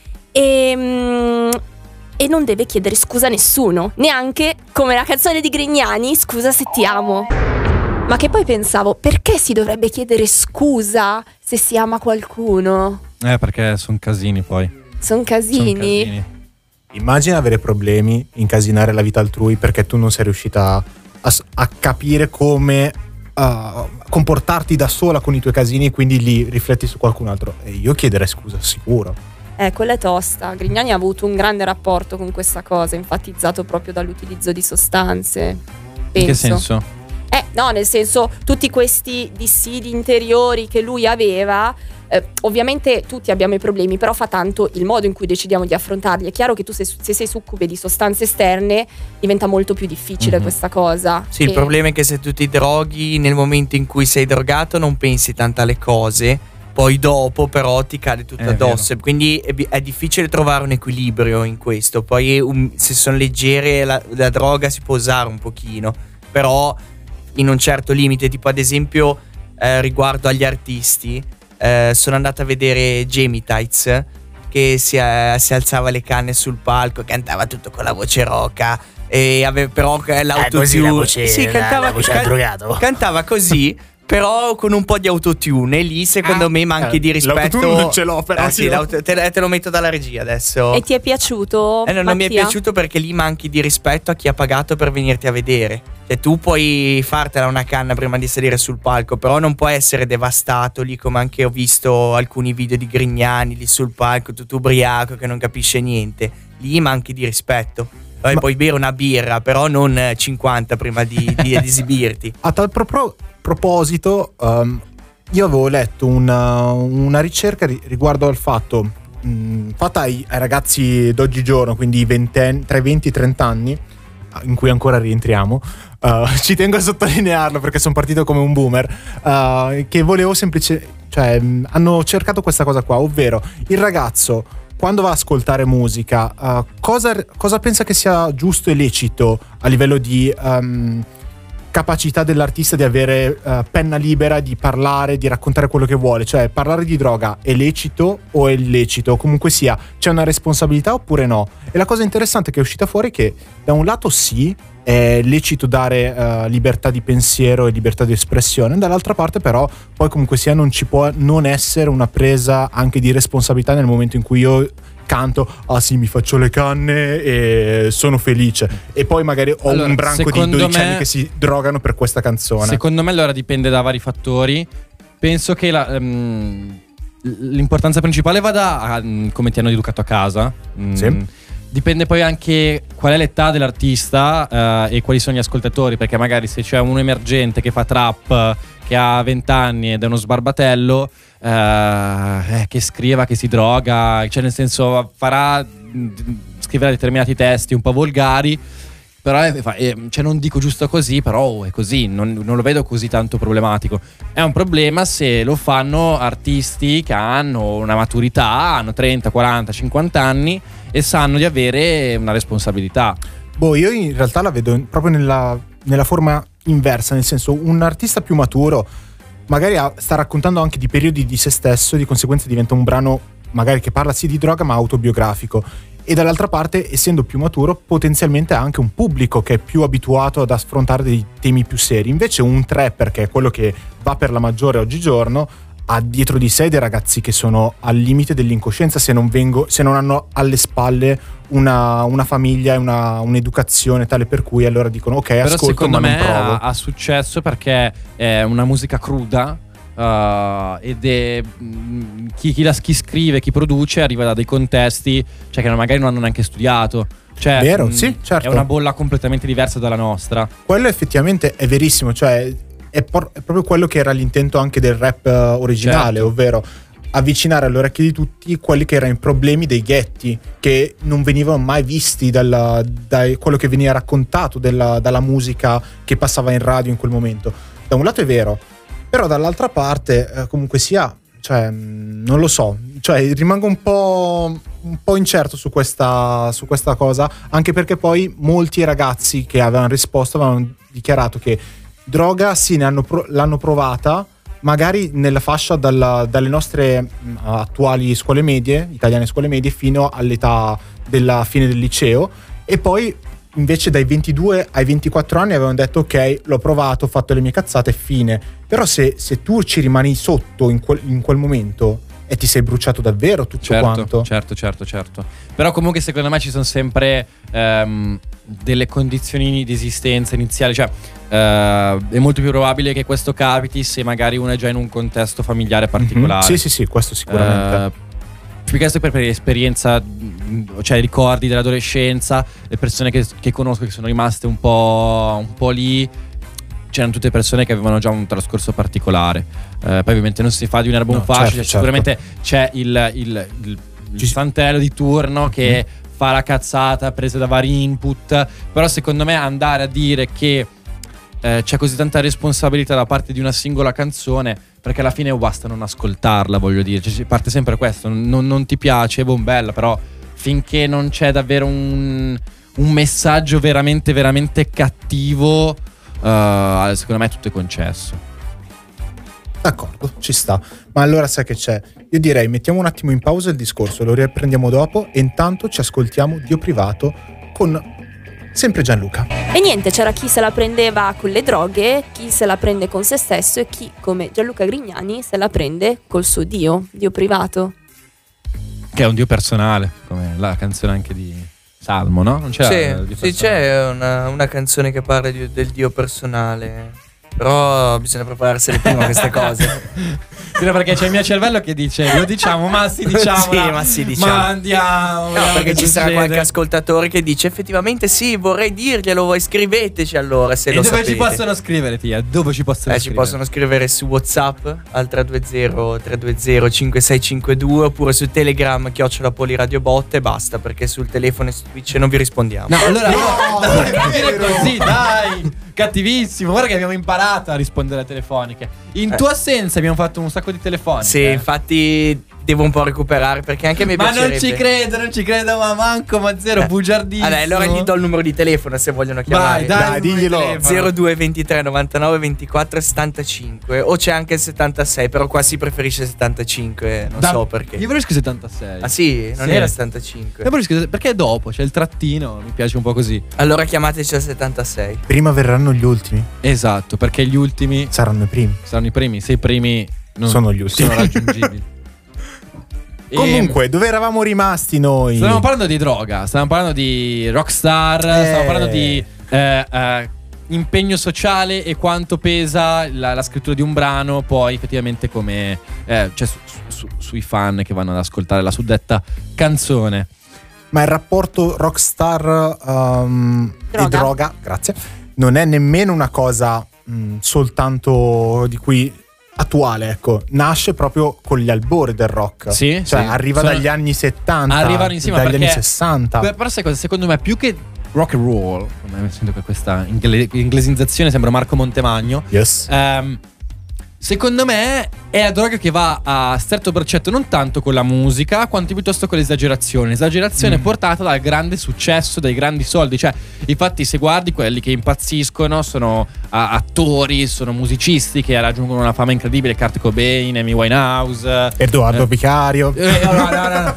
e, e non deve chiedere scusa a nessuno, neanche come la canzone di Grignani, Scusa se ti amo. Ma che poi pensavo, perché si dovrebbe chiedere scusa se si ama qualcuno? Eh, perché sono casini poi. Sono casini. Son casini. Immagina avere problemi, incasinare la vita altrui perché tu non sei riuscita a, a capire come uh, comportarti da sola con i tuoi casini, e quindi li rifletti su qualcun altro. E io chiederei scusa, sicuro. Eh, quella è tosta. Grignani ha avuto un grande rapporto con questa cosa, enfatizzato proprio dall'utilizzo di sostanze. Penso. In che senso? Eh, no, nel senso, tutti questi dissidi interiori che lui aveva, eh, ovviamente tutti abbiamo i problemi, però fa tanto il modo in cui decidiamo di affrontarli. È chiaro che tu se, se sei succube di sostanze esterne diventa molto più difficile mm-hmm. questa cosa. Sì, e... il problema è che se tu ti droghi, nel momento in cui sei drogato non pensi tanto alle cose, poi dopo però ti cade tutto È addosso, vero. quindi è, è difficile trovare un equilibrio in questo. Poi um, se sono leggere la, la droga si può usare un pochino, però in un certo limite. Tipo ad esempio eh, riguardo agli artisti, eh, sono andato a vedere Jamie Tights che si, eh, si alzava le canne sul palco, cantava tutto con la voce roca e aveva però l'autotune, eh, così la voce, sì, la, cantava, la voce can- da drogato. cantava così però con un po' di autotune, e lì secondo Ah, me manchi eh, di rispetto. l'autotune non ce l'ho, però eh, sì, io. l'auto- te, te lo metto dalla regia adesso. E ti è piaciuto? Eh, no, non mi è Mattia? piaciuto perché lì manchi di rispetto a chi ha pagato per venirti a vedere. Cioè tu puoi fartela una canna prima di salire sul palco, però non puoi essere devastato lì, come anche ho visto alcuni video di Grignani lì sul palco, tutto ubriaco che non capisce niente. Lì manchi di rispetto. Poi Ma- puoi bere una birra, però non cinquanta prima di, di esibirti. A tal propro- proposito, um, io avevo letto una, una ricerca ri- riguardo al fatto, mh, fatta ai, ai ragazzi d'oggigiorno, quindi ventenni, tra i venti e i trenta anni, in cui ancora rientriamo. Uh, ci tengo a sottolinearlo perché sono partito come un boomer, uh, che volevo semplice, cioè mh, hanno cercato questa cosa qua, ovvero il ragazzo quando va a ascoltare musica, uh, cosa, cosa pensa che sia giusto e lecito a livello di um, capacità dell'artista di avere uh, penna libera, di parlare, di raccontare quello che vuole. Cioè, parlare di droga è lecito o è illecito? Comunque sia, c'è una responsabilità oppure no? E la cosa interessante che è uscita fuori è che da un lato sì, è lecito dare uh, libertà di pensiero e libertà di espressione, dall'altra parte però poi comunque sia non ci può non essere una presa anche di responsabilità nel momento in cui io canto, ah sì, mi faccio le canne e sono felice, e poi magari ho allora, un branco di dodici me, anni che si drogano per questa canzone. Secondo me allora dipende da vari fattori. Penso che la, um, l'importanza principale vada a um, come ti hanno educato a casa. Mm, sì. Dipende poi anche qual è l'età dell'artista uh, e quali sono gli ascoltatori, perché magari se c'è un emergente che fa trap, che ha venti anni ed è uno sbarbatello, uh, eh, che scriva, che si droga, cioè nel senso farà, scriverà determinati testi un po' volgari, però è, è, cioè non dico giusto così, però è così, non, non lo vedo così tanto problematico. È un problema se lo fanno artisti che hanno una maturità, hanno trenta, quaranta, cinquanta anni e sanno di avere una responsabilità. Boh, io in realtà la vedo proprio nella, nella forma inversa, nel senso, un artista più maturo magari ha, sta raccontando anche di periodi di se stesso, di conseguenza diventa un brano magari che parla sì di droga ma autobiografico. E dall'altra parte, essendo più maturo, potenzialmente ha anche un pubblico che è più abituato ad affrontare dei temi più seri. Invece un trapper, che è quello che va per la maggiore oggigiorno, ha dietro di sé dei ragazzi che sono al limite dell'incoscienza se non, vengo, se non hanno alle spalle una, una famiglia e una, un'educazione tale per cui allora dicono ok, però ascolto secondo ma me non provo. Ha, ha successo perché è una musica cruda. Uh, ed è mh, chi, chi, la, chi scrive, chi produce arriva da dei contesti, cioè che magari non hanno neanche studiato, cioè vero, mh, sì, certo. È una bolla completamente diversa dalla nostra. Quello effettivamente è verissimo, cioè è, por- è proprio quello che era l'intento anche del rap uh, originale, certo. Ovvero avvicinare alle orecchie di tutti quelli che erano i problemi dei ghetti, che non venivano mai visti dalla, da quello che veniva raccontato della, dalla musica che passava in radio in quel momento. Da un lato è vero, però dall'altra parte eh, comunque sia, cioè mh, non lo so, cioè rimango un po', un po' incerto su questa, su questa cosa, anche perché poi molti ragazzi che avevano risposto avevano dichiarato che droga sì ne hanno pro- l'hanno provata magari nella fascia dalla, dalle nostre mh, attuali scuole medie, italiane scuole medie, fino all'età della fine del liceo, e poi invece dai ventidue ai ventiquattro anni avevano detto ok, l'ho provato, ho fatto le mie cazzate, fine. Però se, se tu ci rimani sotto in quel, in quel momento e ti sei bruciato davvero tutto certo, quanto. Certo, certo, certo. Però comunque secondo me ci sono sempre um, delle condizioni di esistenza iniziali, cioè uh, è molto più probabile che questo capiti se magari uno è già in un contesto familiare particolare. Mm-hmm. Sì, sì, sì, questo sicuramente. Uh, più che altro per, per esperienza, cioè ricordi dell'adolescenza, le persone che, che conosco che sono rimaste un po', un po' lì, c'erano tutte persone che avevano già un trascorso particolare. Uh, poi ovviamente non si fa di un'erba no, un fascio, certo, cioè, certo. sicuramente c'è il, il, il, il santello di turno che mm. fa la cazzata presa da vari input, però secondo me andare a dire che eh, c'è così tanta responsabilità da parte di una singola canzone, perché alla fine basta non ascoltarla, voglio dire, cioè, parte sempre questo, non, non ti piace, boh, bella, però finché non c'è davvero un, un messaggio veramente veramente cattivo, uh, secondo me tutto è concesso. D'accordo, ci sta. Ma allora sai che c'è? Io direi mettiamo un attimo in pausa il discorso, lo riprendiamo dopo e intanto ci ascoltiamo Dio privato con sempre Gianluca. E niente, c'era chi se la prendeva con le droghe, chi se la prende con se stesso e chi, come Gianluca Grignani, se la prende col suo Dio, Dio privato. Che è un Dio personale, come la canzone anche di Salmo, no? Non c'è Sì, sì, c'è una, una canzone che parla di, del Dio personale. Però bisogna prepararsele prima queste cose. Sì, no, perché c'è il mio cervello che dice, lo diciamo, ma sì, diciamo. Sì, ma sì, diciamo. Ma andiamo. No, vediamo perché che ci sarà succede. qualche ascoltatore che dice effettivamente sì, vorrei dirglielo, voi scriveteci allora se E lo dove sapete. ci possono scrivere, Tia? Dove ci possono Eh, ci scrivere? possono scrivere su WhatsApp al tre due zero tre due zero cinque sei cinque due oppure su Telegram chiocciola Poliradiobot e basta, perché sul telefono e su Twitch non vi rispondiamo. No, allora No, dai, non è dire vero. così, dai. Cattivissimo. Guarda che abbiamo imparato a rispondere alle telefoniche. In Eh. tua assenza abbiamo fatto un sacco di telefoniche. Sì, infatti devo un po' recuperare perché anche a me Ma piacerebbe. non ci credo, non ci credo, ma manco, ma zero, Eh. bugiardissimo. Allora, allora gli do il numero di telefono se vogliono chiamare. Vai, dai, Dai, diglielo. telefono. zero due ventitré novantanove ventiquattro settantacinque o c'è anche il settantasei, però qua si preferisce settantacinque, non Da- so perché. Io volevo scrivere settantasei. Ah sì? Non Sì. era settantacinque. Io volevo scrivere- perché dopo c'è il trattino, mi piace un po' così. Allora chiamateci al settantasei. Prima verranno gli ultimi. Esatto, perché gli ultimi Saranno i primi. saranno i primi, se i primi non Sono gli ultimi. sono raggiungibili. E- Comunque, dove eravamo rimasti noi? Stavamo parlando di droga, stavamo parlando di rockstar, Eh. stavamo parlando di eh, eh, impegno sociale e quanto pesa la, la scrittura di un brano, poi effettivamente come eh, cioè su- su- sui fan che vanno ad ascoltare la suddetta canzone. Ma il rapporto rockstar um, Droga. e droga, grazie, non è nemmeno una cosa mh, soltanto di cui attuale, ecco. Nasce proprio con gli albori del rock. Sì, Cioè sì. arriva Sono- dagli anni settanta, Arrivano insieme dagli perché- anni sessanta. Beh, però sai cosa? Secondo me più che rock and roll, come sento che questa ingle- inglesizzazione sembra Marco Montemagno. Yes. Ehm, secondo me è la droga che va a stretto braccetto non tanto con la musica quanto piuttosto con l'esagerazione. L'esagerazione Mm. portata dal grande successo, dai grandi soldi. Cioè, infatti, se guardi quelli che impazziscono sono ah, attori, sono musicisti che raggiungono una fama incredibile. Kurt Cobain, Amy Winehouse. Edoardo eh, Vicario. eh, no, no, no, no.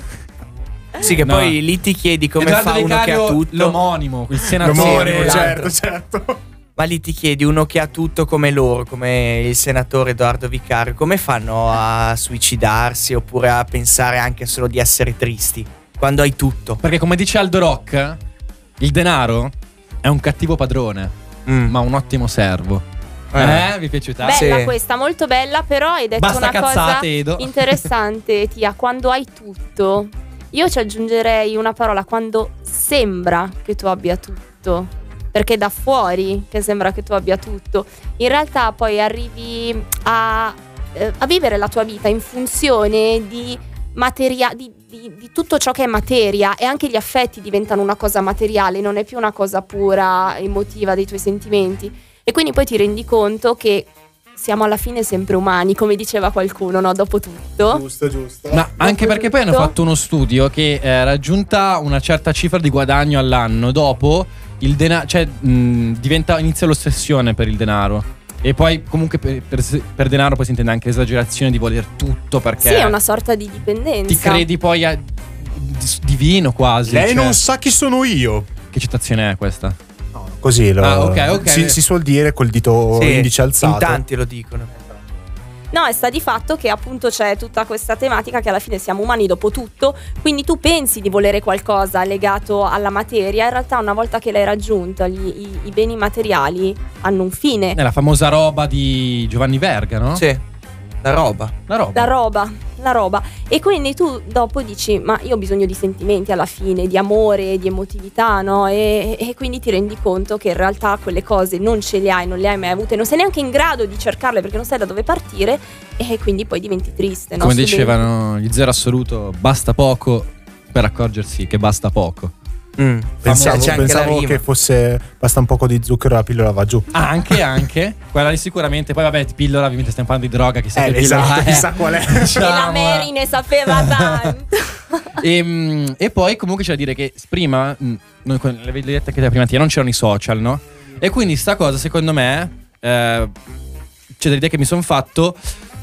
Sì, che No. poi lì ti chiedi come Edoardo fa uno che ha Vicario, tutto. l'omonimo, il senatore. L'omonimo, esatto. certo, certo. Ma lì ti chiedi uno che ha tutto come loro, come il senatore Edoardo Vicario, come fanno a suicidarsi oppure a pensare anche solo di essere tristi quando hai tutto? Perché come dice Aldo Rock, il denaro è un cattivo padrone, Mm. ma un ottimo servo. Eh. Eh, vi è piaciuta? Bella Sì. questa, molto bella, però hai detto Basta una cazzate, cosa Edo. interessante, Tia, quando hai tutto. Io ci aggiungerei una parola, quando sembra che tu abbia tutto, perché è da fuori che sembra che tu abbia tutto. In realtà poi arrivi a, eh, a vivere la tua vita in funzione di materia, di, di- di tutto ciò che è materia, e anche gli affetti diventano una cosa materiale, non è più una cosa pura, emotiva dei tuoi sentimenti. E quindi poi ti rendi conto che siamo alla fine sempre umani, come diceva qualcuno, no? Dopo tutto. Giusto, giusto. Ma anche perché poi hanno tutto. fatto uno studio che eh, raggiunta una certa cifra di guadagno all'anno, dopo il denaro, cioè mh, diventa, inizia l'ossessione per il denaro. E poi comunque per, per, per denaro poi si intende anche l'esagerazione di voler tutto, perché Sì, è una sorta di dipendenza. ti credi poi a di- divino quasi. Lei cioè. non sa chi sono io. Che citazione è questa? No, così lo, Ah, ok, ok. Si, si suol dire col dito Sì, indice alzato. in tanti lo dicono. No, e sta di fatto che appunto c'è tutta questa tematica che alla fine siamo umani dopo tutto, quindi tu pensi di volere qualcosa legato alla materia, in realtà una volta che l'hai raggiunta gli- i, i beni materiali hanno un fine. È la famosa roba di Giovanni Verga, no? Sì, la roba. La roba. La roba, la roba. E quindi tu dopo dici, ma io ho bisogno di sentimenti alla fine, di amore, di emotività, no? E, e quindi ti rendi conto che in realtà quelle cose non ce le hai, non le hai mai avute, non sei neanche in grado di cercarle perché non sai da dove partire, e quindi poi diventi triste, no? Come Studenti. dicevano gli Zero Assoluto, basta poco per accorgersi che basta poco. Mm. Pensavo, C'è anche la pensavo rima. che fosse basta un poco di zucchero e la pillola va giù. Anche, anche. Quella lì sicuramente. Poi vabbè, pillola, ovviamente stiamo parlando di droga, chissà Eh, che pillola esatto, è. chissà qual è. E la Diciamo, Mary ne sapeva tanto. E, mm, e poi comunque c'è da dire che prima, mm, noi con le vedete che prima non c'erano i social, no? E quindi sta cosa secondo me, eh, c'è da dire che mi sono fatto,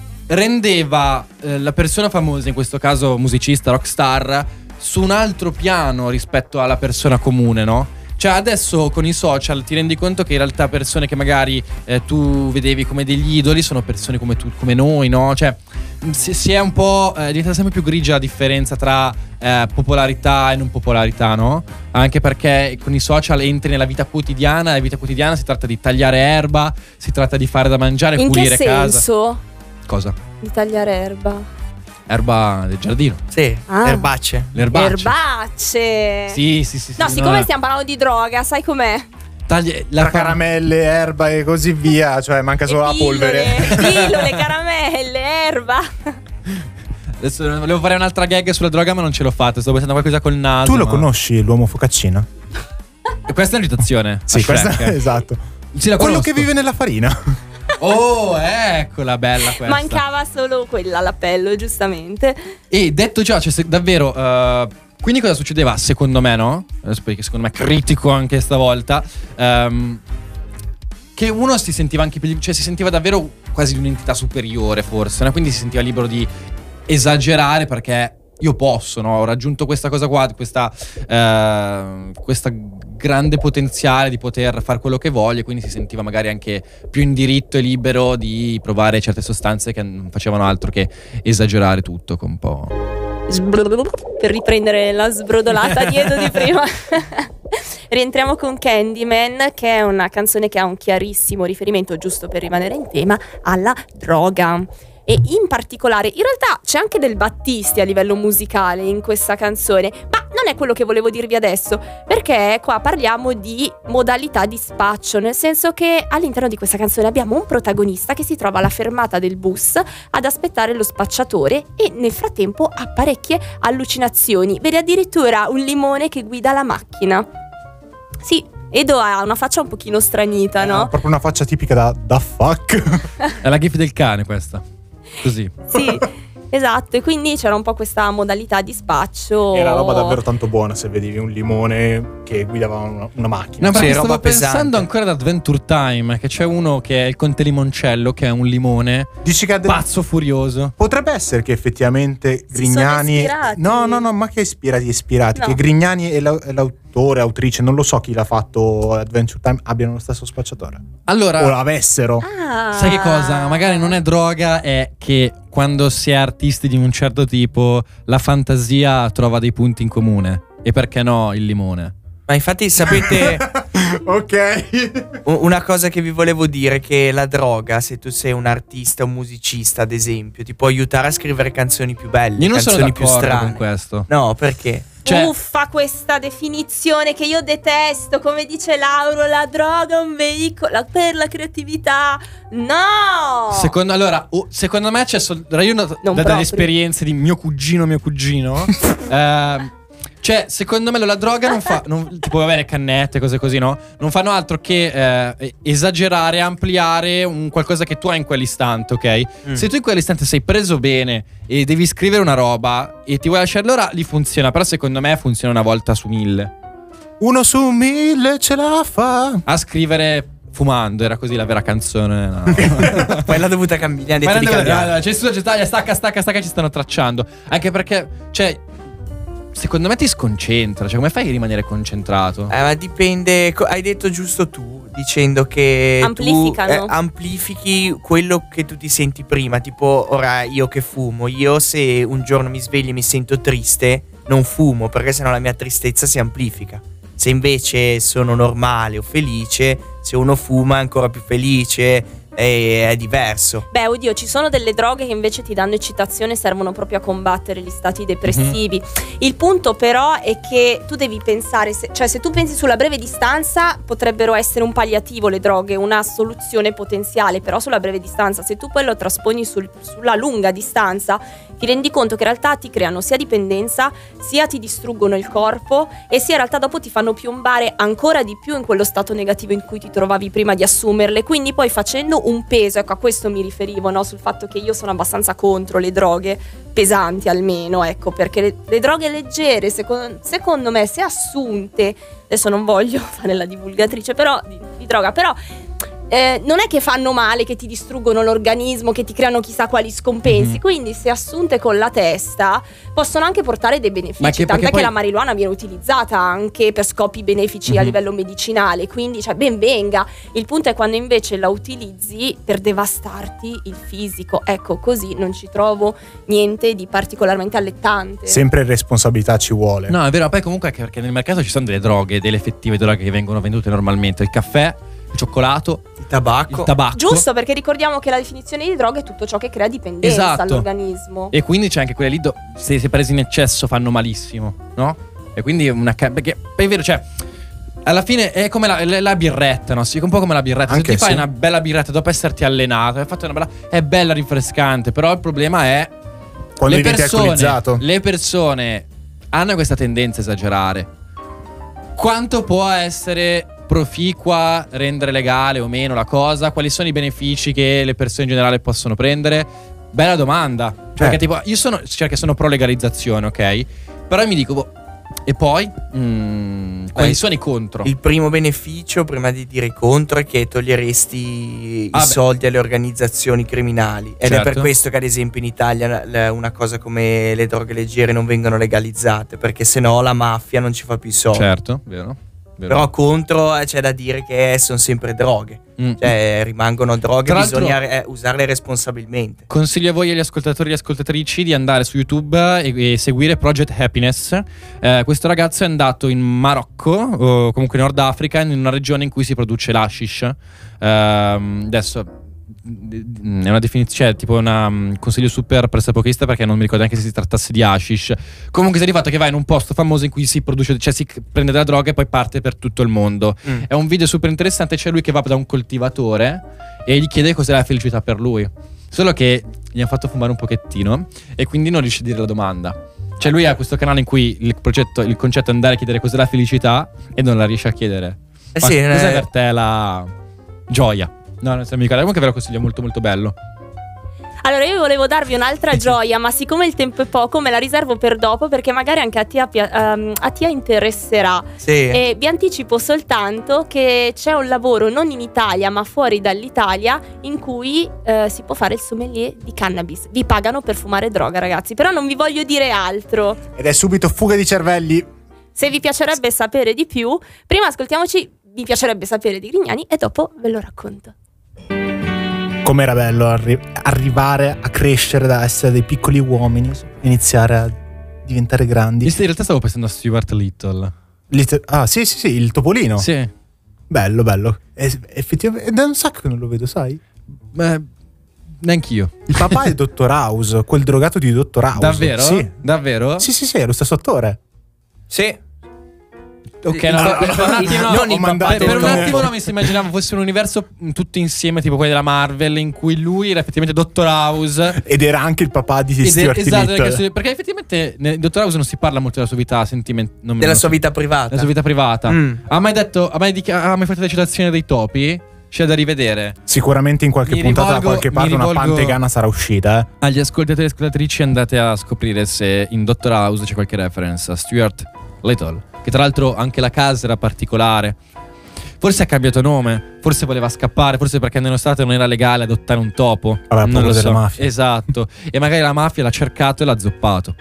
rendeva eh, la persona famosa, in questo caso musicista, rockstar, su un altro piano rispetto alla persona comune, no? Cioè adesso con i social ti rendi conto che in realtà persone che magari eh, tu vedevi come degli idoli sono persone come tu, come noi, no? Cioè si, si è un po' eh, diventa sempre più grigia la differenza tra eh, popolarità e non popolarità, no? Anche perché con i social entri nella vita quotidiana. La vita quotidiana si tratta di tagliare erba, si tratta di fare da mangiare, In pulire che casa. senso? Cosa? Di tagliare erba. Erba del giardino. Sì, Ah. erbacce. Le erbacce. Erbacce. Sì, sì, sì, sì. No, siccome no. stiamo parlando di droga, sai com'è? Tagli la Tra fa- caramelle, erba e così via, cioè manca solo la polvere. Pillole, caramelle, erba. Adesso volevo fare un'altra gag sulla droga, ma non ce l'ho fatta. Sto pensando a qualcosa col naso. Tu lo ma- conosci l'uomo focaccino? Questa è un'imitazione. Sì, a Shrek. questa, esatto. Sì, la Quello conosco. che vive nella farina. Oh, eccola, bella questa. Mancava solo quella all'appello, giustamente. E detto ciò, cioè, se- davvero. eh, quindi cosa succedeva? Secondo me, no? Adesso perché secondo me è critico anche stavolta. ehm, che uno si sentiva anche più. Cioè, si sentiva davvero quasi di un'entità superiore, forse. No? Quindi si sentiva libero di esagerare perché. Io posso, no? Ho raggiunto questa cosa qua, questa, eh, questa grande potenziale di poter fare quello che voglio, quindi si sentiva magari anche più in diritto e libero di provare certe sostanze che non facevano altro che esagerare tutto con un po'. Per riprendere la sbrodolata dietro di prima. Rientriamo con Candyman, che è una canzone che ha un chiarissimo riferimento, giusto per rimanere in tema, alla droga. E in particolare, in realtà c'è anche del Battisti a livello musicale in questa canzone, ma non è quello che volevo dirvi adesso, perché qua parliamo di modalità di spaccio, nel senso che all'interno di questa canzone abbiamo un protagonista che si trova alla fermata del bus ad aspettare lo spacciatore e nel frattempo ha parecchie allucinazioni, vede addirittura un limone che guida la macchina. Sì, Edo ha una faccia un pochino stranita, Ha no? proprio una faccia tipica da, da fuck. È la gif del cane questa. Così. Sì, esatto, e quindi c'era un po' questa modalità di spaccio. Era roba davvero tanto buona se vedevi un limone che guidava una, una macchina. No, perché Sì, stavo roba pensando pesante. ancora ad Adventure Time, che c'è uno che è il Conte Limoncello, che è un limone Dici che ha de- pazzo furioso. potrebbe essere che effettivamente Si Grignani. sono ispirati. No, no, no, ma che ispirati, ispirati. No. Che Grignani e, l'au- e l'autore, autrice, non lo so chi l'ha fatto Adventure Time, abbiano lo stesso spacciatore. Allora, O avessero. Ah. sai che cosa? Magari non è droga, è che quando si è artisti di un certo tipo, la fantasia trova dei punti in comune. E perché no il limone? Ma infatti sapete Ok. u- una cosa che vi volevo dire, che la droga, se tu sei un artista, un musicista ad esempio, ti può aiutare a scrivere canzoni più belle, Io non sono canzoni più d'accordo strane. con questo. No, perché? Cioè, Uffa, questa definizione che io detesto, come dice Lauro, la droga è un veicolo per la creatività. No! secondo, allora, oh, secondo me c'è sol- allora io no- da- dalle proprio. esperienze di mio cugino, mio cugino. ehm, Cioè, secondo me la droga non fa. Non, tipo, va bene, cannette, cose così, no? Non fanno altro che eh, esagerare, ampliare un qualcosa che tu hai in quell'istante, ok? Mm. Se tu in quell'istante sei preso bene e devi scrivere una roba e ti vuoi lasciare l'ora, lì funziona. Però secondo me funziona una volta su mille. Uno su mille ce la fa. A scrivere fumando, era così la vera canzone. No. Poi l'ha dovuta cambiare. Ma Ha detto non di deve- cambiare. no, no, c'è su- c'è taglia, stacca, stacca, stacca, ci stanno tracciando. Anche perché, cioè, secondo me ti sconcentra. Cioè, come fai a rimanere concentrato? Eh, ma dipende, co- hai detto giusto tu, dicendo che Amplificano. tu eh, amplifichi quello che tu ti senti prima. Tipo, ora io che fumo, io se un giorno mi sveglio e mi sento triste, non fumo, perché sennò la mia tristezza si amplifica. Se invece sono normale o felice, se uno fuma è ancora più felice, e è diverso. Beh, oddio, ci sono delle droghe che invece ti danno eccitazione e servono proprio a combattere gli stati depressivi. Mhm. Il punto però è che tu devi pensare, se- cioè se tu pensi sulla breve distanza potrebbero essere un palliativo le droghe, una soluzione potenziale, però sulla breve distanza, se tu poi lo trasponi sul- sulla lunga distanza, ti rendi conto che in realtà ti creano sia dipendenza, sia ti distruggono il corpo e sia in realtà dopo ti fanno piombare ancora di più in quello stato negativo in cui ti trovavi prima di assumerle. Quindi poi facendo un peso, ecco, a questo mi riferivo, no? Sul fatto che io sono abbastanza contro le droghe pesanti almeno, ecco, perché le, le droghe leggere secondo, secondo me, se assunte, adesso non voglio fare la divulgatrice però di, di droga, però eh, non è che fanno male, che ti distruggono l'organismo, che ti creano chissà quali scompensi. Mm-hmm. Quindi se assunte con la testa possono anche portare dei benefici. Ma che- Tant'è perché che poi- la marijuana viene utilizzata anche per scopi benefici a Mhm. livello medicinale. Quindi cioè, ben venga. Il punto è quando invece la utilizzi per devastarti il fisico. Ecco, così non ci trovo niente di particolarmente allettante. Sempre responsabilità ci vuole. No, è vero, poi comunque anche perché nel mercato ci sono delle droghe, delle effettive droghe che vengono vendute normalmente. Il caffè, il cioccolato, Il tabacco. il tabacco. Giusto, perché ricordiamo che la definizione di droga è tutto ciò che crea dipendenza Esatto. all'organismo. E quindi c'è anche quelle lì, do- se, se presi in eccesso fanno malissimo, no? E quindi è una... ca- perché è vero, cioè... Alla fine è come la, la- la birretta, no? Sì, un po' come la birretta. Anche se ti fai sì. una bella birretta dopo esserti allenato, hai fatto una bella... è bella rinfrescante, però il problema è... Quando le diventi persone, alcolizzato. le persone hanno questa tendenza a esagerare. Quanto può essere proficua rendere legale o meno la cosa? Quali sono i benefici che le persone in generale possono prendere? Bella domanda. Perché tipo io sono, cioè che sono pro legalizzazione, ok? Però mi dico, boh, e poi mm, quali Eh, sono i contro? Il primo beneficio, prima di dire i contro, è che toglieresti Ah, i beh. soldi alle organizzazioni criminali. Ed è Certo. per questo che ad esempio in Italia la- la- una cosa come le droghe leggere non vengono legalizzate, perché sennò la mafia non ci fa più i soldi. Certo, vero, vero. Però contro eh, c'è da dire che sono sempre droghe. Mm. Cioè rimangono droghe, Tra l'altro- bisogna eh, usarle responsabilmente. Consiglio a voi e agli ascoltatori e ascoltatrici di andare su YouTube e, e seguire Project Happiness. Eh, questo ragazzo è andato in Marocco, o comunque in Nord Africa, in una regione in cui si produce l'hashish. Ehm, adesso è una definizione, cioè tipo una, un consiglio super pressapochista, perché non mi ricordo neanche se si trattasse di hashish. Comunque sia di fatto che vai in un posto famoso in cui si produce, cioè si prende della droga e poi parte per tutto il mondo. Mm. È un video super interessante, c'è lui che va da un coltivatore e gli chiede cos'è la felicità per lui. Solo che gli hanno fatto fumare un pochettino e quindi non riesce a dire la domanda. Cioè lui ha questo canale in cui il, progetto, il concetto è andare a chiedere cos'è la felicità e non la riesce a chiedere. Eh Ma sì, cos'è eh, per te la gioia? No, non so mi ricordo. Comunque ve lo consiglio, molto molto bello. Allora io volevo darvi un'altra gioia, ma siccome il tempo è poco me la riservo per dopo, perché magari anche a Tia, pia- ehm, a Tia interesserà. sì. E vi anticipo soltanto che c'è un lavoro non in Italia ma fuori dall'Italia in cui eh, si può fare il sommelier di cannabis. Vi pagano per fumare droga, ragazzi, però non vi voglio dire altro. Ed è subito fuga di cervelli. Se vi piacerebbe sapere di più, prima ascoltiamoci Vi piacerebbe sapere di Grignani e dopo ve lo racconto. Com'era bello arri- arrivare a crescere da essere dei piccoli uomini e iniziare a diventare grandi. Io in realtà stavo pensando a Stuart Little. Little- ah sì sì sì, il topolino. Sì. Bello bello. E- effettivamente è da un sacco che non lo vedo, sai? Beh, neanch'io. Il papà è Dottor House, quel drogato di Dottor House. Davvero? Sì. Davvero? Sì sì sì, è lo stesso attore. Sì. Ok, Il- no, il- per, per un il- attimo, non il ho mandato per, per un il- attimo non mi si immaginavo fosse un universo tutto insieme, tipo quelli della Marvel, in cui lui era effettivamente Dottor House. Ed era anche il papà di Ed è- Stuart esatto, Little. perché, perché effettivamente nel Dottor House non si parla molto della sua vita sentimentale, Della sua vita privata. della sua vita privata. Mm. Ha mai detto, ha mai, dichiar- ha mai fatto la citazione dei topi? C'è da rivedere. Sicuramente in qualche Mi puntata da rivolgo- qualche mi parte una rivolgo- pantegana sarà uscita, eh. Agli ascoltatori e ascoltatrici andate a scoprire se in Dottor House c'è qualche reference a Stuart Little, che tra l'altro anche la casa era particolare. Forse ha cambiato nome, forse voleva scappare, forse perché nello stato non era legale adottare un topo. Aveva non paura lo della so. mafia. Esatto. E magari la mafia l'ha cercato e l'ha zoppato.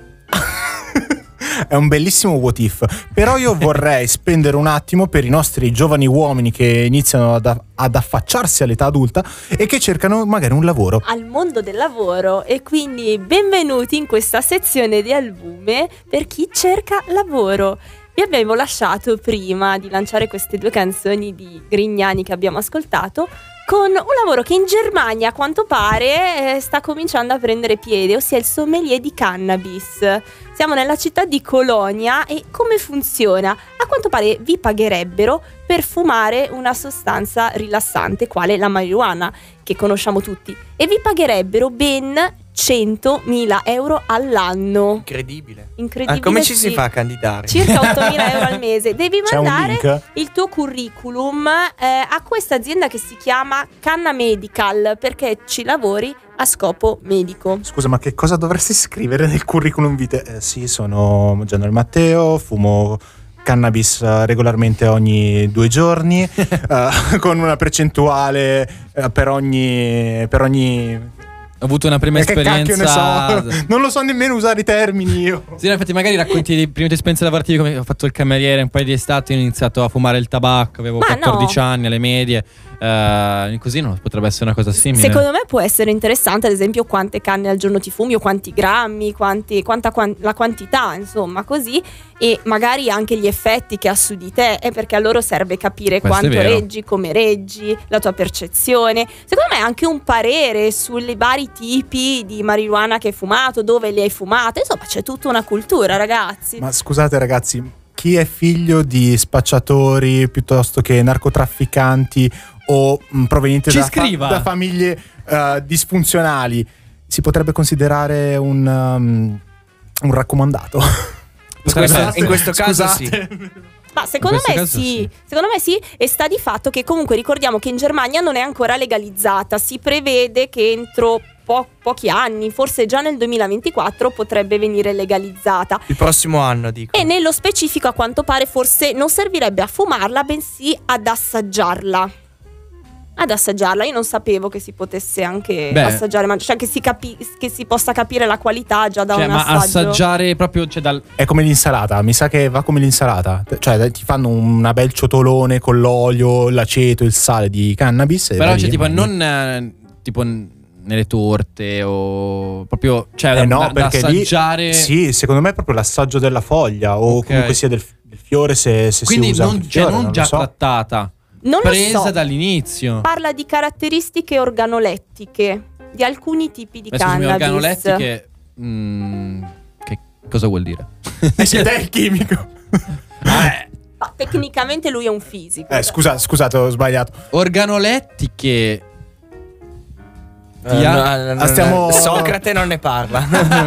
È un bellissimo what if. Però io vorrei spendere un attimo per i nostri giovani uomini che iniziano ad, ad affacciarsi all'età adulta e che cercano magari un lavoro. Al mondo del lavoro, e quindi benvenuti in questa sezione di albume per chi cerca lavoro. Vi abbiamo lasciato prima di lanciare queste due canzoni di Grignani che abbiamo ascoltato con un lavoro che in Germania a quanto pare eh, sta cominciando a prendere piede, ossia il sommelier di cannabis. Siamo nella città di Colonia e come funziona? A quanto pare vi pagherebbero per fumare una sostanza rilassante quale la marijuana, che conosciamo tutti, e vi pagherebbero ben centomila euro all'anno. Incredibile. Incredibile. Ah, come ci sì. si fa a candidare? Circa ottomila euro al mese. Devi C'è un mandare link? il tuo curriculum eh, a questa azienda che si chiama Canna Medical, perché ci lavori a scopo medico. Scusa, ma che cosa dovresti scrivere nel curriculum vitae? Eh, sì, sono Gianni Matteo, fumo cannabis uh, regolarmente ogni due giorni, uh, con una percentuale uh, per ogni per ogni Ho avuto una prima Eh, che esperienza. cacchio ne so? Non lo so nemmeno usare i termini io. Sì, no, infatti magari racconti le prime tue esperienze lavorative, come ho fatto il cameriere un paio di estate, ho iniziato a fumare il tabacco, avevo Ma quattordici no. anni alle medie. Eh, così non potrebbe essere una cosa simile. Secondo me può essere interessante, ad esempio, quante canne al giorno ti fumi o quanti grammi, quanti, quanta quan- la quantità, insomma, così, e magari anche gli effetti che ha su di te, eh, perché a loro serve capire Questo è quanto vero. reggi, come reggi, la tua percezione. Secondo me anche un parere sui vari tipi di marijuana che hai fumato, dove le hai fumate, insomma, c'è tutta una cultura, ragazzi. Ma scusate ragazzi, chi è figlio di spacciatori piuttosto che narcotrafficanti o mh, provenienti Ci da, fa- scriva. da famiglie uh, disfunzionali si potrebbe considerare un, um, un raccomandato? In questo, in questo caso sì. Scusate. Ma secondo questo me caso sì. sì. secondo me sì, e sta di fatto che comunque ricordiamo che in Germania non è ancora legalizzata, si prevede che entro po- pochi anni, forse già nel duemilaventiquattro, potrebbe venire legalizzata. Il prossimo anno, dico. E nello specifico, a quanto pare, forse non servirebbe a fumarla, bensì ad assaggiarla. Ad assaggiarla, io non sapevo che si potesse anche Beh. assaggiare, ma cioè che si, capi- che si possa capire la qualità già da Cioè, un ma assaggio. assaggiare proprio, cioè dal È come l'insalata, mi sa che va come l'insalata. Cioè ti fanno una bel ciotolone con l'olio, l'aceto, il sale di cannabis e Però vai c'è lì, tipo mangi. non eh, tipo n- nelle torte o proprio, cioè da, Eh no, da- da perché lì assaggiare. sì, secondo me è proprio l'assaggio della foglia o Ok. comunque sia del, del fiore, se, se Quindi si usa non, anche il cioè, fiore, non non già lo so. trattata, Non lo presa so. dall'inizio. Parla di caratteristiche organolettiche di alcuni tipi di Beh, scusami, cannabis. organolettiche, mm, che cosa vuol dire? Eh sì, te è il chimico. Eh, Ma tecnicamente lui è un fisico. Eh, scusa, scusate, ho sbagliato. organolettiche. Eh, Ti ha- no, no, no, Ah, stiamo- no, Socrate non ne parla.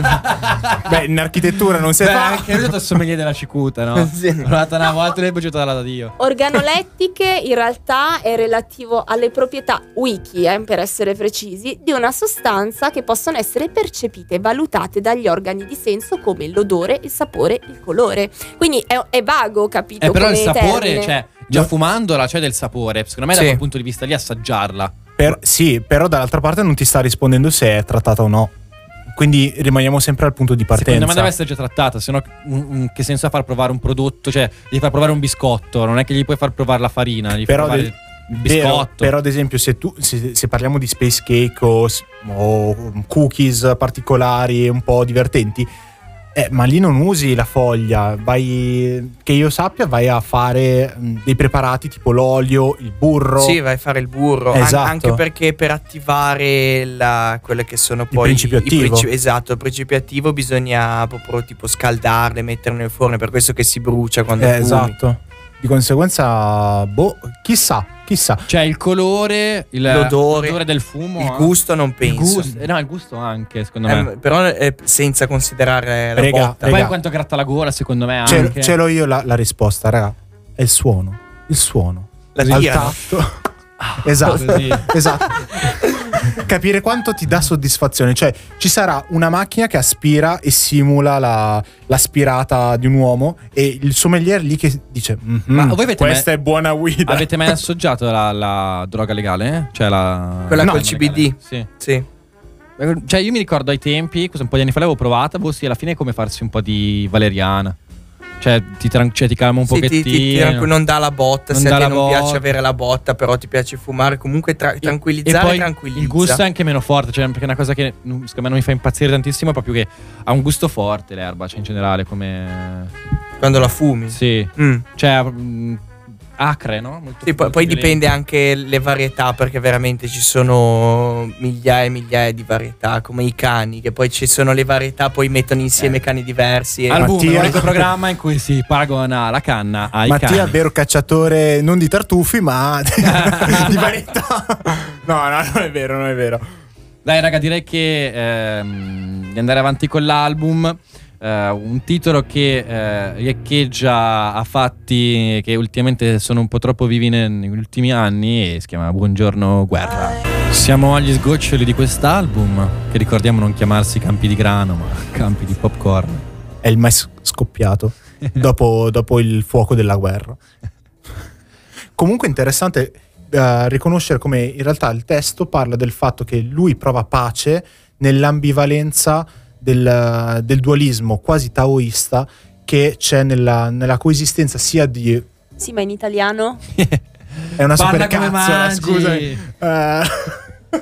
Beh, in architettura non si Beh, fa. anche lui è stato il sommelier della cicuta, no? Sì. Ho provato una volta e l'hai bucciata dalla da Dio. Organolettiche in realtà è relativo alle proprietà wiki, eh, per essere precisi, di una sostanza che possono essere percepite e valutate dagli organi di senso come l'odore, il sapore, il colore. Quindi è, è vago, capito? Eh, però il come sapore, termine. cioè, già fumandola c'è del sapore. Secondo me, da Sì. quel punto di vista lì, assaggiarla. Per- sì, però dall'altra parte non ti sta rispondendo se è trattata o no. Quindi rimaniamo sempre al punto di partenza. Secondo me deve essere già trattata, se no un- un- che senso ha far provare un prodotto? Cioè, gli far provare un biscotto, non è che gli puoi far provare la farina, gli fai Però, provare de- il vero, biscotto. però ad esempio se, tu, se, se parliamo di space cake o, s- o cookies particolari un po' divertenti, eh, ma lì non usi la foglia, vai, che io sappia vai a fare mh, dei preparati tipo l'olio, il burro. Sì, vai a fare il burro. An- Esatto. anche perché per attivare la, quelle che sono poi principio i attivo. principi- esatto, il principio attivo bisogna proprio tipo scaldarle, metterle nel forno, è per questo che si brucia quando Eh, fumi. esatto. Di conseguenza, boh, chissà, chissà. Cioè, il colore, il, L'odore, l'odore del fumo. Il eh. gusto non Il penso. gusto, eh, no, il gusto anche, secondo me. Eh, però eh, senza considerare la Rega, botta. Poi Raga. quanto gratta la gola, secondo me, Ce, anche. ce l'ho io la, la risposta, raga. È il suono. Il suono. La Al tirano. tatto. Esatto. Così. Esatto. Capire quanto ti dà soddisfazione. Cioè, ci sarà una macchina che aspira e simula la, l'aspirata di un uomo e il sommelier lì che dice: "Mhm, Ma voi avete questa è buona guida." Avete mai assaggiato la, la droga legale? eh? Cioè la Quella no, col non C B D? legale. Sì. Sì. Cioè io mi ricordo ai tempi, cosa un po' di anni fa l'avevo provata, boh sì, alla fine è come farsi un po' di valeriana. Cioè ti, tran- cioè, ti calma un Sì, ti- pochettino. ti- ti tranqu- non dà la botta, Non se dà a te la non piace botta. avere la botta, però ti piace fumare, comunque tra- E- tranquillizzare, e poi tranquillizza. il gusto è anche meno forte, cioè perché è una cosa che mm, secondo me non mi fa impazzire tantissimo, è proprio che ha un gusto forte l'erba, cioè in generale come Quando la fumi. sì, Mm. cioè mm, acre, no? Molto, Sì, poi, molto poi violento. dipende anche le varietà, perché veramente ci sono migliaia e migliaia di varietà, come i cani, che poi ci sono le varietà, poi mettono insieme cani diversi. E Album, Mattia- l'unico programma in cui si paragona la canna ai Mattia cani. è vero cacciatore non di tartufi, ma di varietà. No, no, non è vero, non è vero. Dai raga, direi che ehm, di andare avanti con l'album. Eh, un titolo che eh, riecheggia a fatti che ultimamente sono un po' troppo vivi ne- negli ultimi anni e si chiama Buongiorno Guerra. Siamo agli sgoccioli di quest'album, che ricordiamo non chiamarsi Campi di Grano ma Campi di Popcorn. È il mais scoppiato. dopo, dopo il fuoco della guerra. Comunque interessante uh, riconoscere come in realtà il testo parla del fatto che lui prova pace nell'ambivalenza del, del dualismo quasi taoista che c'è nella, nella coesistenza sia di... Sì, ma in italiano? È una Parla come supercazzola, mangi. scusami. Uh,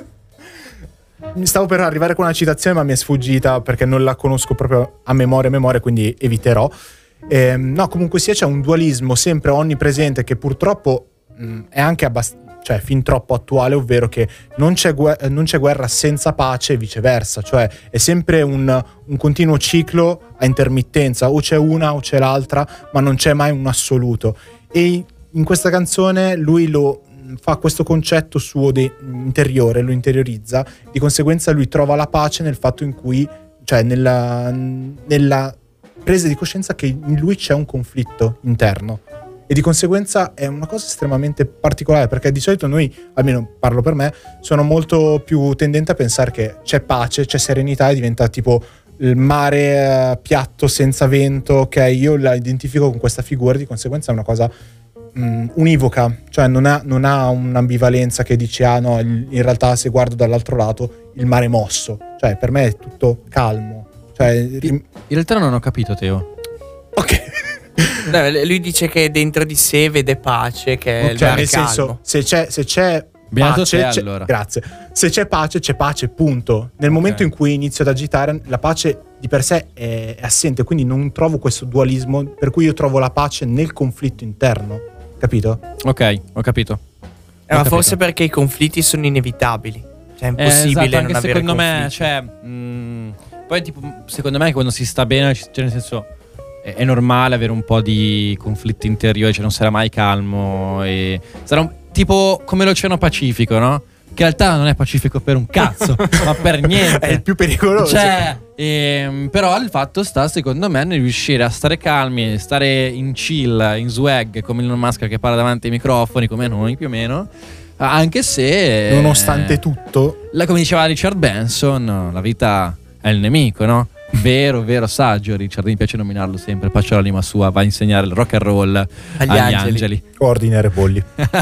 mi stavo per arrivare con una citazione, ma mi è sfuggita perché non la conosco proprio a memoria, a memoria, quindi eviterò. Eh, no, comunque sia, c'è un dualismo sempre onnipresente che purtroppo mh, è anche abbastanza, cioè fin troppo attuale, ovvero che non c'è, guerra, non c'è guerra senza pace e viceversa, cioè è sempre un, un continuo ciclo a intermittenza, o c'è una o c'è l'altra, ma non c'è mai un assoluto. E in questa canzone lui lo fa questo concetto suo di interiore, lo interiorizza, di conseguenza lui trova la pace nel fatto in cui, cioè nella, nella presa di coscienza che in lui c'è un conflitto interno. E di conseguenza è una cosa estremamente particolare, perché di solito noi, almeno parlo per me, sono molto più tendente a pensare che c'è pace, c'è serenità e diventa tipo il mare eh, piatto senza vento, ok, io la identifico con questa figura, di conseguenza è una cosa mh, univoca, cioè non ha, non ha un'ambivalenza che dice ah no, il, in realtà se guardo dall'altro lato il mare è mosso, cioè per me è tutto calmo, cioè, In, in realtà non ho capito, Teo. ok. No, lui dice che dentro di sé vede pace, che è il Cioè, mare nel calmo. senso, se c'è, se c'è Beato pace, te, c'è- allora. grazie. Se c'è pace, c'è pace, punto. Nel momento in cui inizio ad agitare, la pace di per sé è, è assente, quindi non trovo questo dualismo, per cui io trovo la pace nel conflitto interno. Capito? Ok, ho capito. Eh, Ho ma capito. forse perché i conflitti sono inevitabili. Cioè è Eh, impossibile esatto, non anche avere secondo me, conflitti. cioè, mh, poi tipo, secondo me quando si sta bene, cioè nel senso è, è normale avere un po' di conflitti interiori, cioè non sarà mai calmo e sarà un, tipo come l'Oceano Pacifico, no? Che in realtà non è pacifico per un cazzo, ma per niente. È il più pericoloso. Cioè, ehm, però il fatto sta, secondo me, nel riuscire a stare calmi, stare in chill, in swag, come Elon Musk che parla davanti ai microfoni, come noi più o meno. Anche se, Nonostante eh, tutto, la, come diceva Richard Benson, la vita è il nemico, no? Vero, vero saggio. Richard, mi piace nominarlo sempre. Faccio l'anima sua, va a insegnare il rock and roll agli, Agli angeli. angeli. ordinare polli.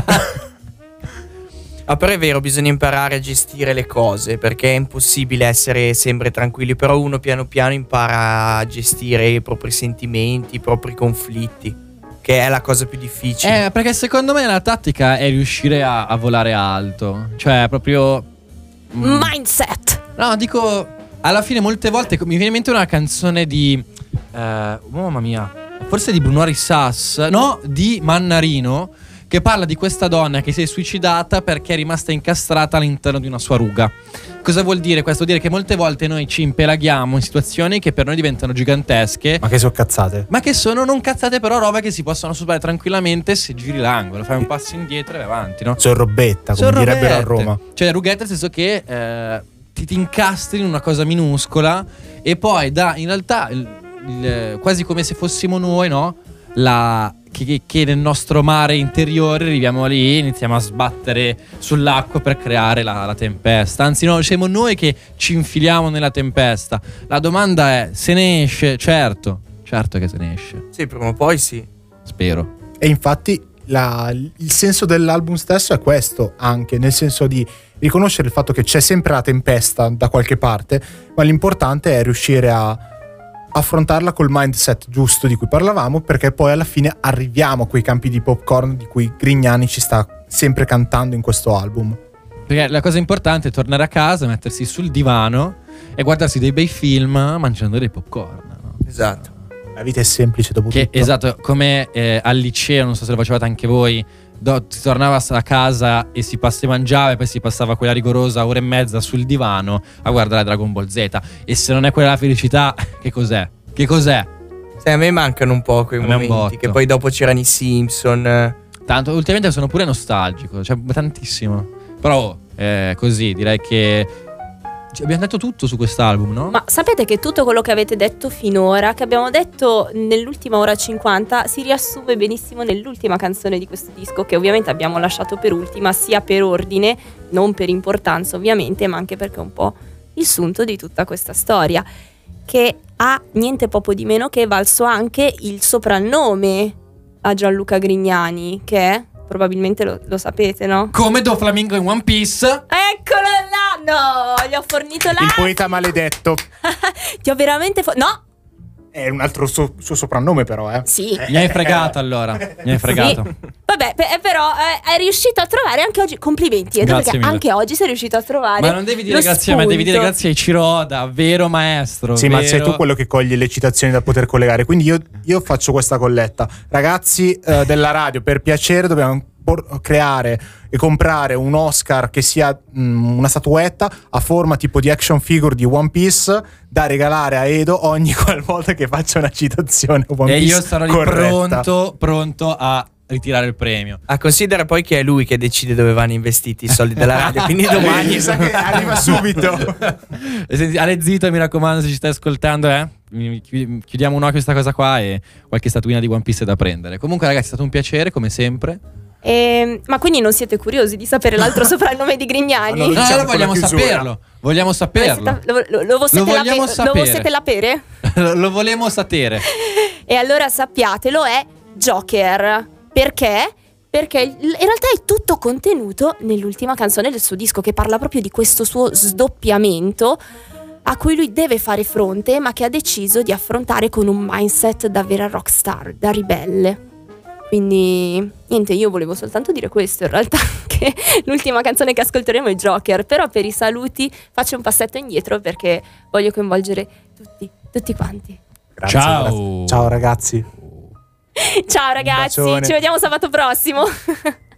Ah, però è vero, bisogna imparare a gestire le cose, perché è impossibile essere sempre tranquilli, però uno piano piano impara a gestire i propri sentimenti, i propri conflitti, che è la cosa più difficile. Eh, perché secondo me la tattica è riuscire a, a volare alto. Cioè, proprio. mm, Mindset. No, dico, alla fine molte volte mi viene in mente una canzone di eh, oh, mamma mia, forse di Bruno Rissas, no, di Mannarino, che parla di questa donna che si è suicidata perché è rimasta incastrata all'interno di una sua ruga. Cosa vuol dire questo? Vuol dire che molte volte noi ci impelaghiamo in situazioni che per noi diventano gigantesche, Ma che sono cazzate. ma che sono non cazzate, però robe che si possono superare tranquillamente se giri l'angolo, fai un passo indietro e vai avanti, no? Sono robetta, come Sono direbbero a robette. Roma. Cioè rughette nel senso che eh, ti, ti incastri in una cosa minuscola e poi da in realtà il- il- quasi come se fossimo noi, no? La, che, che- che nel nostro mare interiore arriviamo lì, iniziamo a sbattere sull'acqua per creare la, la tempesta. Anzi no, siamo noi che ci infiliamo nella tempesta. La domanda è: se ne esce? Certo, certo che se ne esce. Sì, prima o poi sì. Spero. E infatti la- il senso dell'album stesso è questo, anche nel senso di riconoscere il fatto che c'è sempre la tempesta da qualche parte, ma l'importante è riuscire a affrontarla col mindset giusto di cui parlavamo, perché poi alla fine arriviamo a quei campi di popcorn di cui Grignani ci sta sempre cantando in questo album. Perché la cosa importante è tornare a casa, mettersi sul divano e guardarsi dei bei film mangiando dei popcorn, no? Esatto. La vita è semplice dopo Che tutto. esatto, come eh, al liceo, non so se lo facevate anche voi, do- si tornava a casa e si, pass- si mangiava e poi si passava quella rigorosa ora e mezza sul divano a guardare Dragon Ball Z. E se non è quella la felicità, che cos'è? Che cos'è? Sì, a me mancano un po' quei A me un momenti, botto. che poi dopo c'erano i Simpson. Tanto, ultimamente sono pure nostalgico, cioè tantissimo. Però eh, così, direi che cioè, abbiamo detto tutto su quest'album, no? Ma sapete che tutto quello che avete detto finora, che abbiamo detto nell'ultima ora cinquanta, si riassume benissimo nell'ultima canzone di questo disco, che ovviamente abbiamo lasciato per ultima, sia per ordine, non per importanza ovviamente, ma anche perché è un po' il sunto di tutta questa storia, che ha niente poco di meno che valso anche il soprannome a Gianluca Grignani, che è, probabilmente lo, lo sapete, no? Come Doflamingo in One Piece. Eccolo là! No, gli ho fornito la... Il poeta maledetto. Ti ho veramente... Fo- no! È un altro suo, suo soprannome, però, eh. Sì. Mi hai fregato allora. Mi hai fregato. Sì. Vabbè, pe- però eh, è riuscito a trovare anche oggi. Complimenti, eh, Grazie perché mille. anche oggi sei riuscito a trovare. Ma non devi dire lo grazie a me, devi dire spunto. grazie ai Ciroda, vero maestro. Sì, vero. ma sei tu quello che coglie le citazioni da poter collegare. Quindi io, io faccio questa colletta. Ragazzi eh, della radio, per piacere dobbiamo por- creare e comprare un Oscar che sia mh, una statuetta a forma tipo di action figure di One Piece da regalare a Edo ogni qualvolta che faccia una citazione One E Piece io sarò lì corretta. pronto, pronto a ritirare il premio. Ah, considera poi che è lui che decide dove vanno investiti i soldi della radio. Quindi domani Mi sa che arriva subito. E senti, Ale Zito, mi raccomando, se ci stai ascoltando, eh, chi- chiudiamo un occhio a questa cosa qua e qualche statuina di One Piece è da prendere. Comunque ragazzi, è stato un piacere come sempre. Ehm, ma quindi non siete curiosi di sapere l'altro soprannome di Grignani? Ma non lo No, diciamo no, vogliamo con la chiusura. saperlo. Vogliamo saperlo. Lo, lo, lo, vostete Lo vogliamo la pe- sapere. lo vostete lapere? Lo volemo sapere. E allora sappiatelo, è Joker. Perché? Perché in realtà è tutto contenuto nell'ultima canzone del suo disco, che parla proprio di questo suo sdoppiamento a cui lui deve fare fronte, ma che ha deciso di affrontare con un mindset da vera rockstar, da ribelle. Quindi niente, io volevo soltanto dire questo in realtà, che l'ultima canzone che ascolteremo è Joker, però per i saluti faccio un passetto indietro perché voglio coinvolgere tutti, tutti quanti. Grazie, Ciao. grazie. Ciao ragazzi. Ciao ragazzi, bacione. ci vediamo sabato prossimo.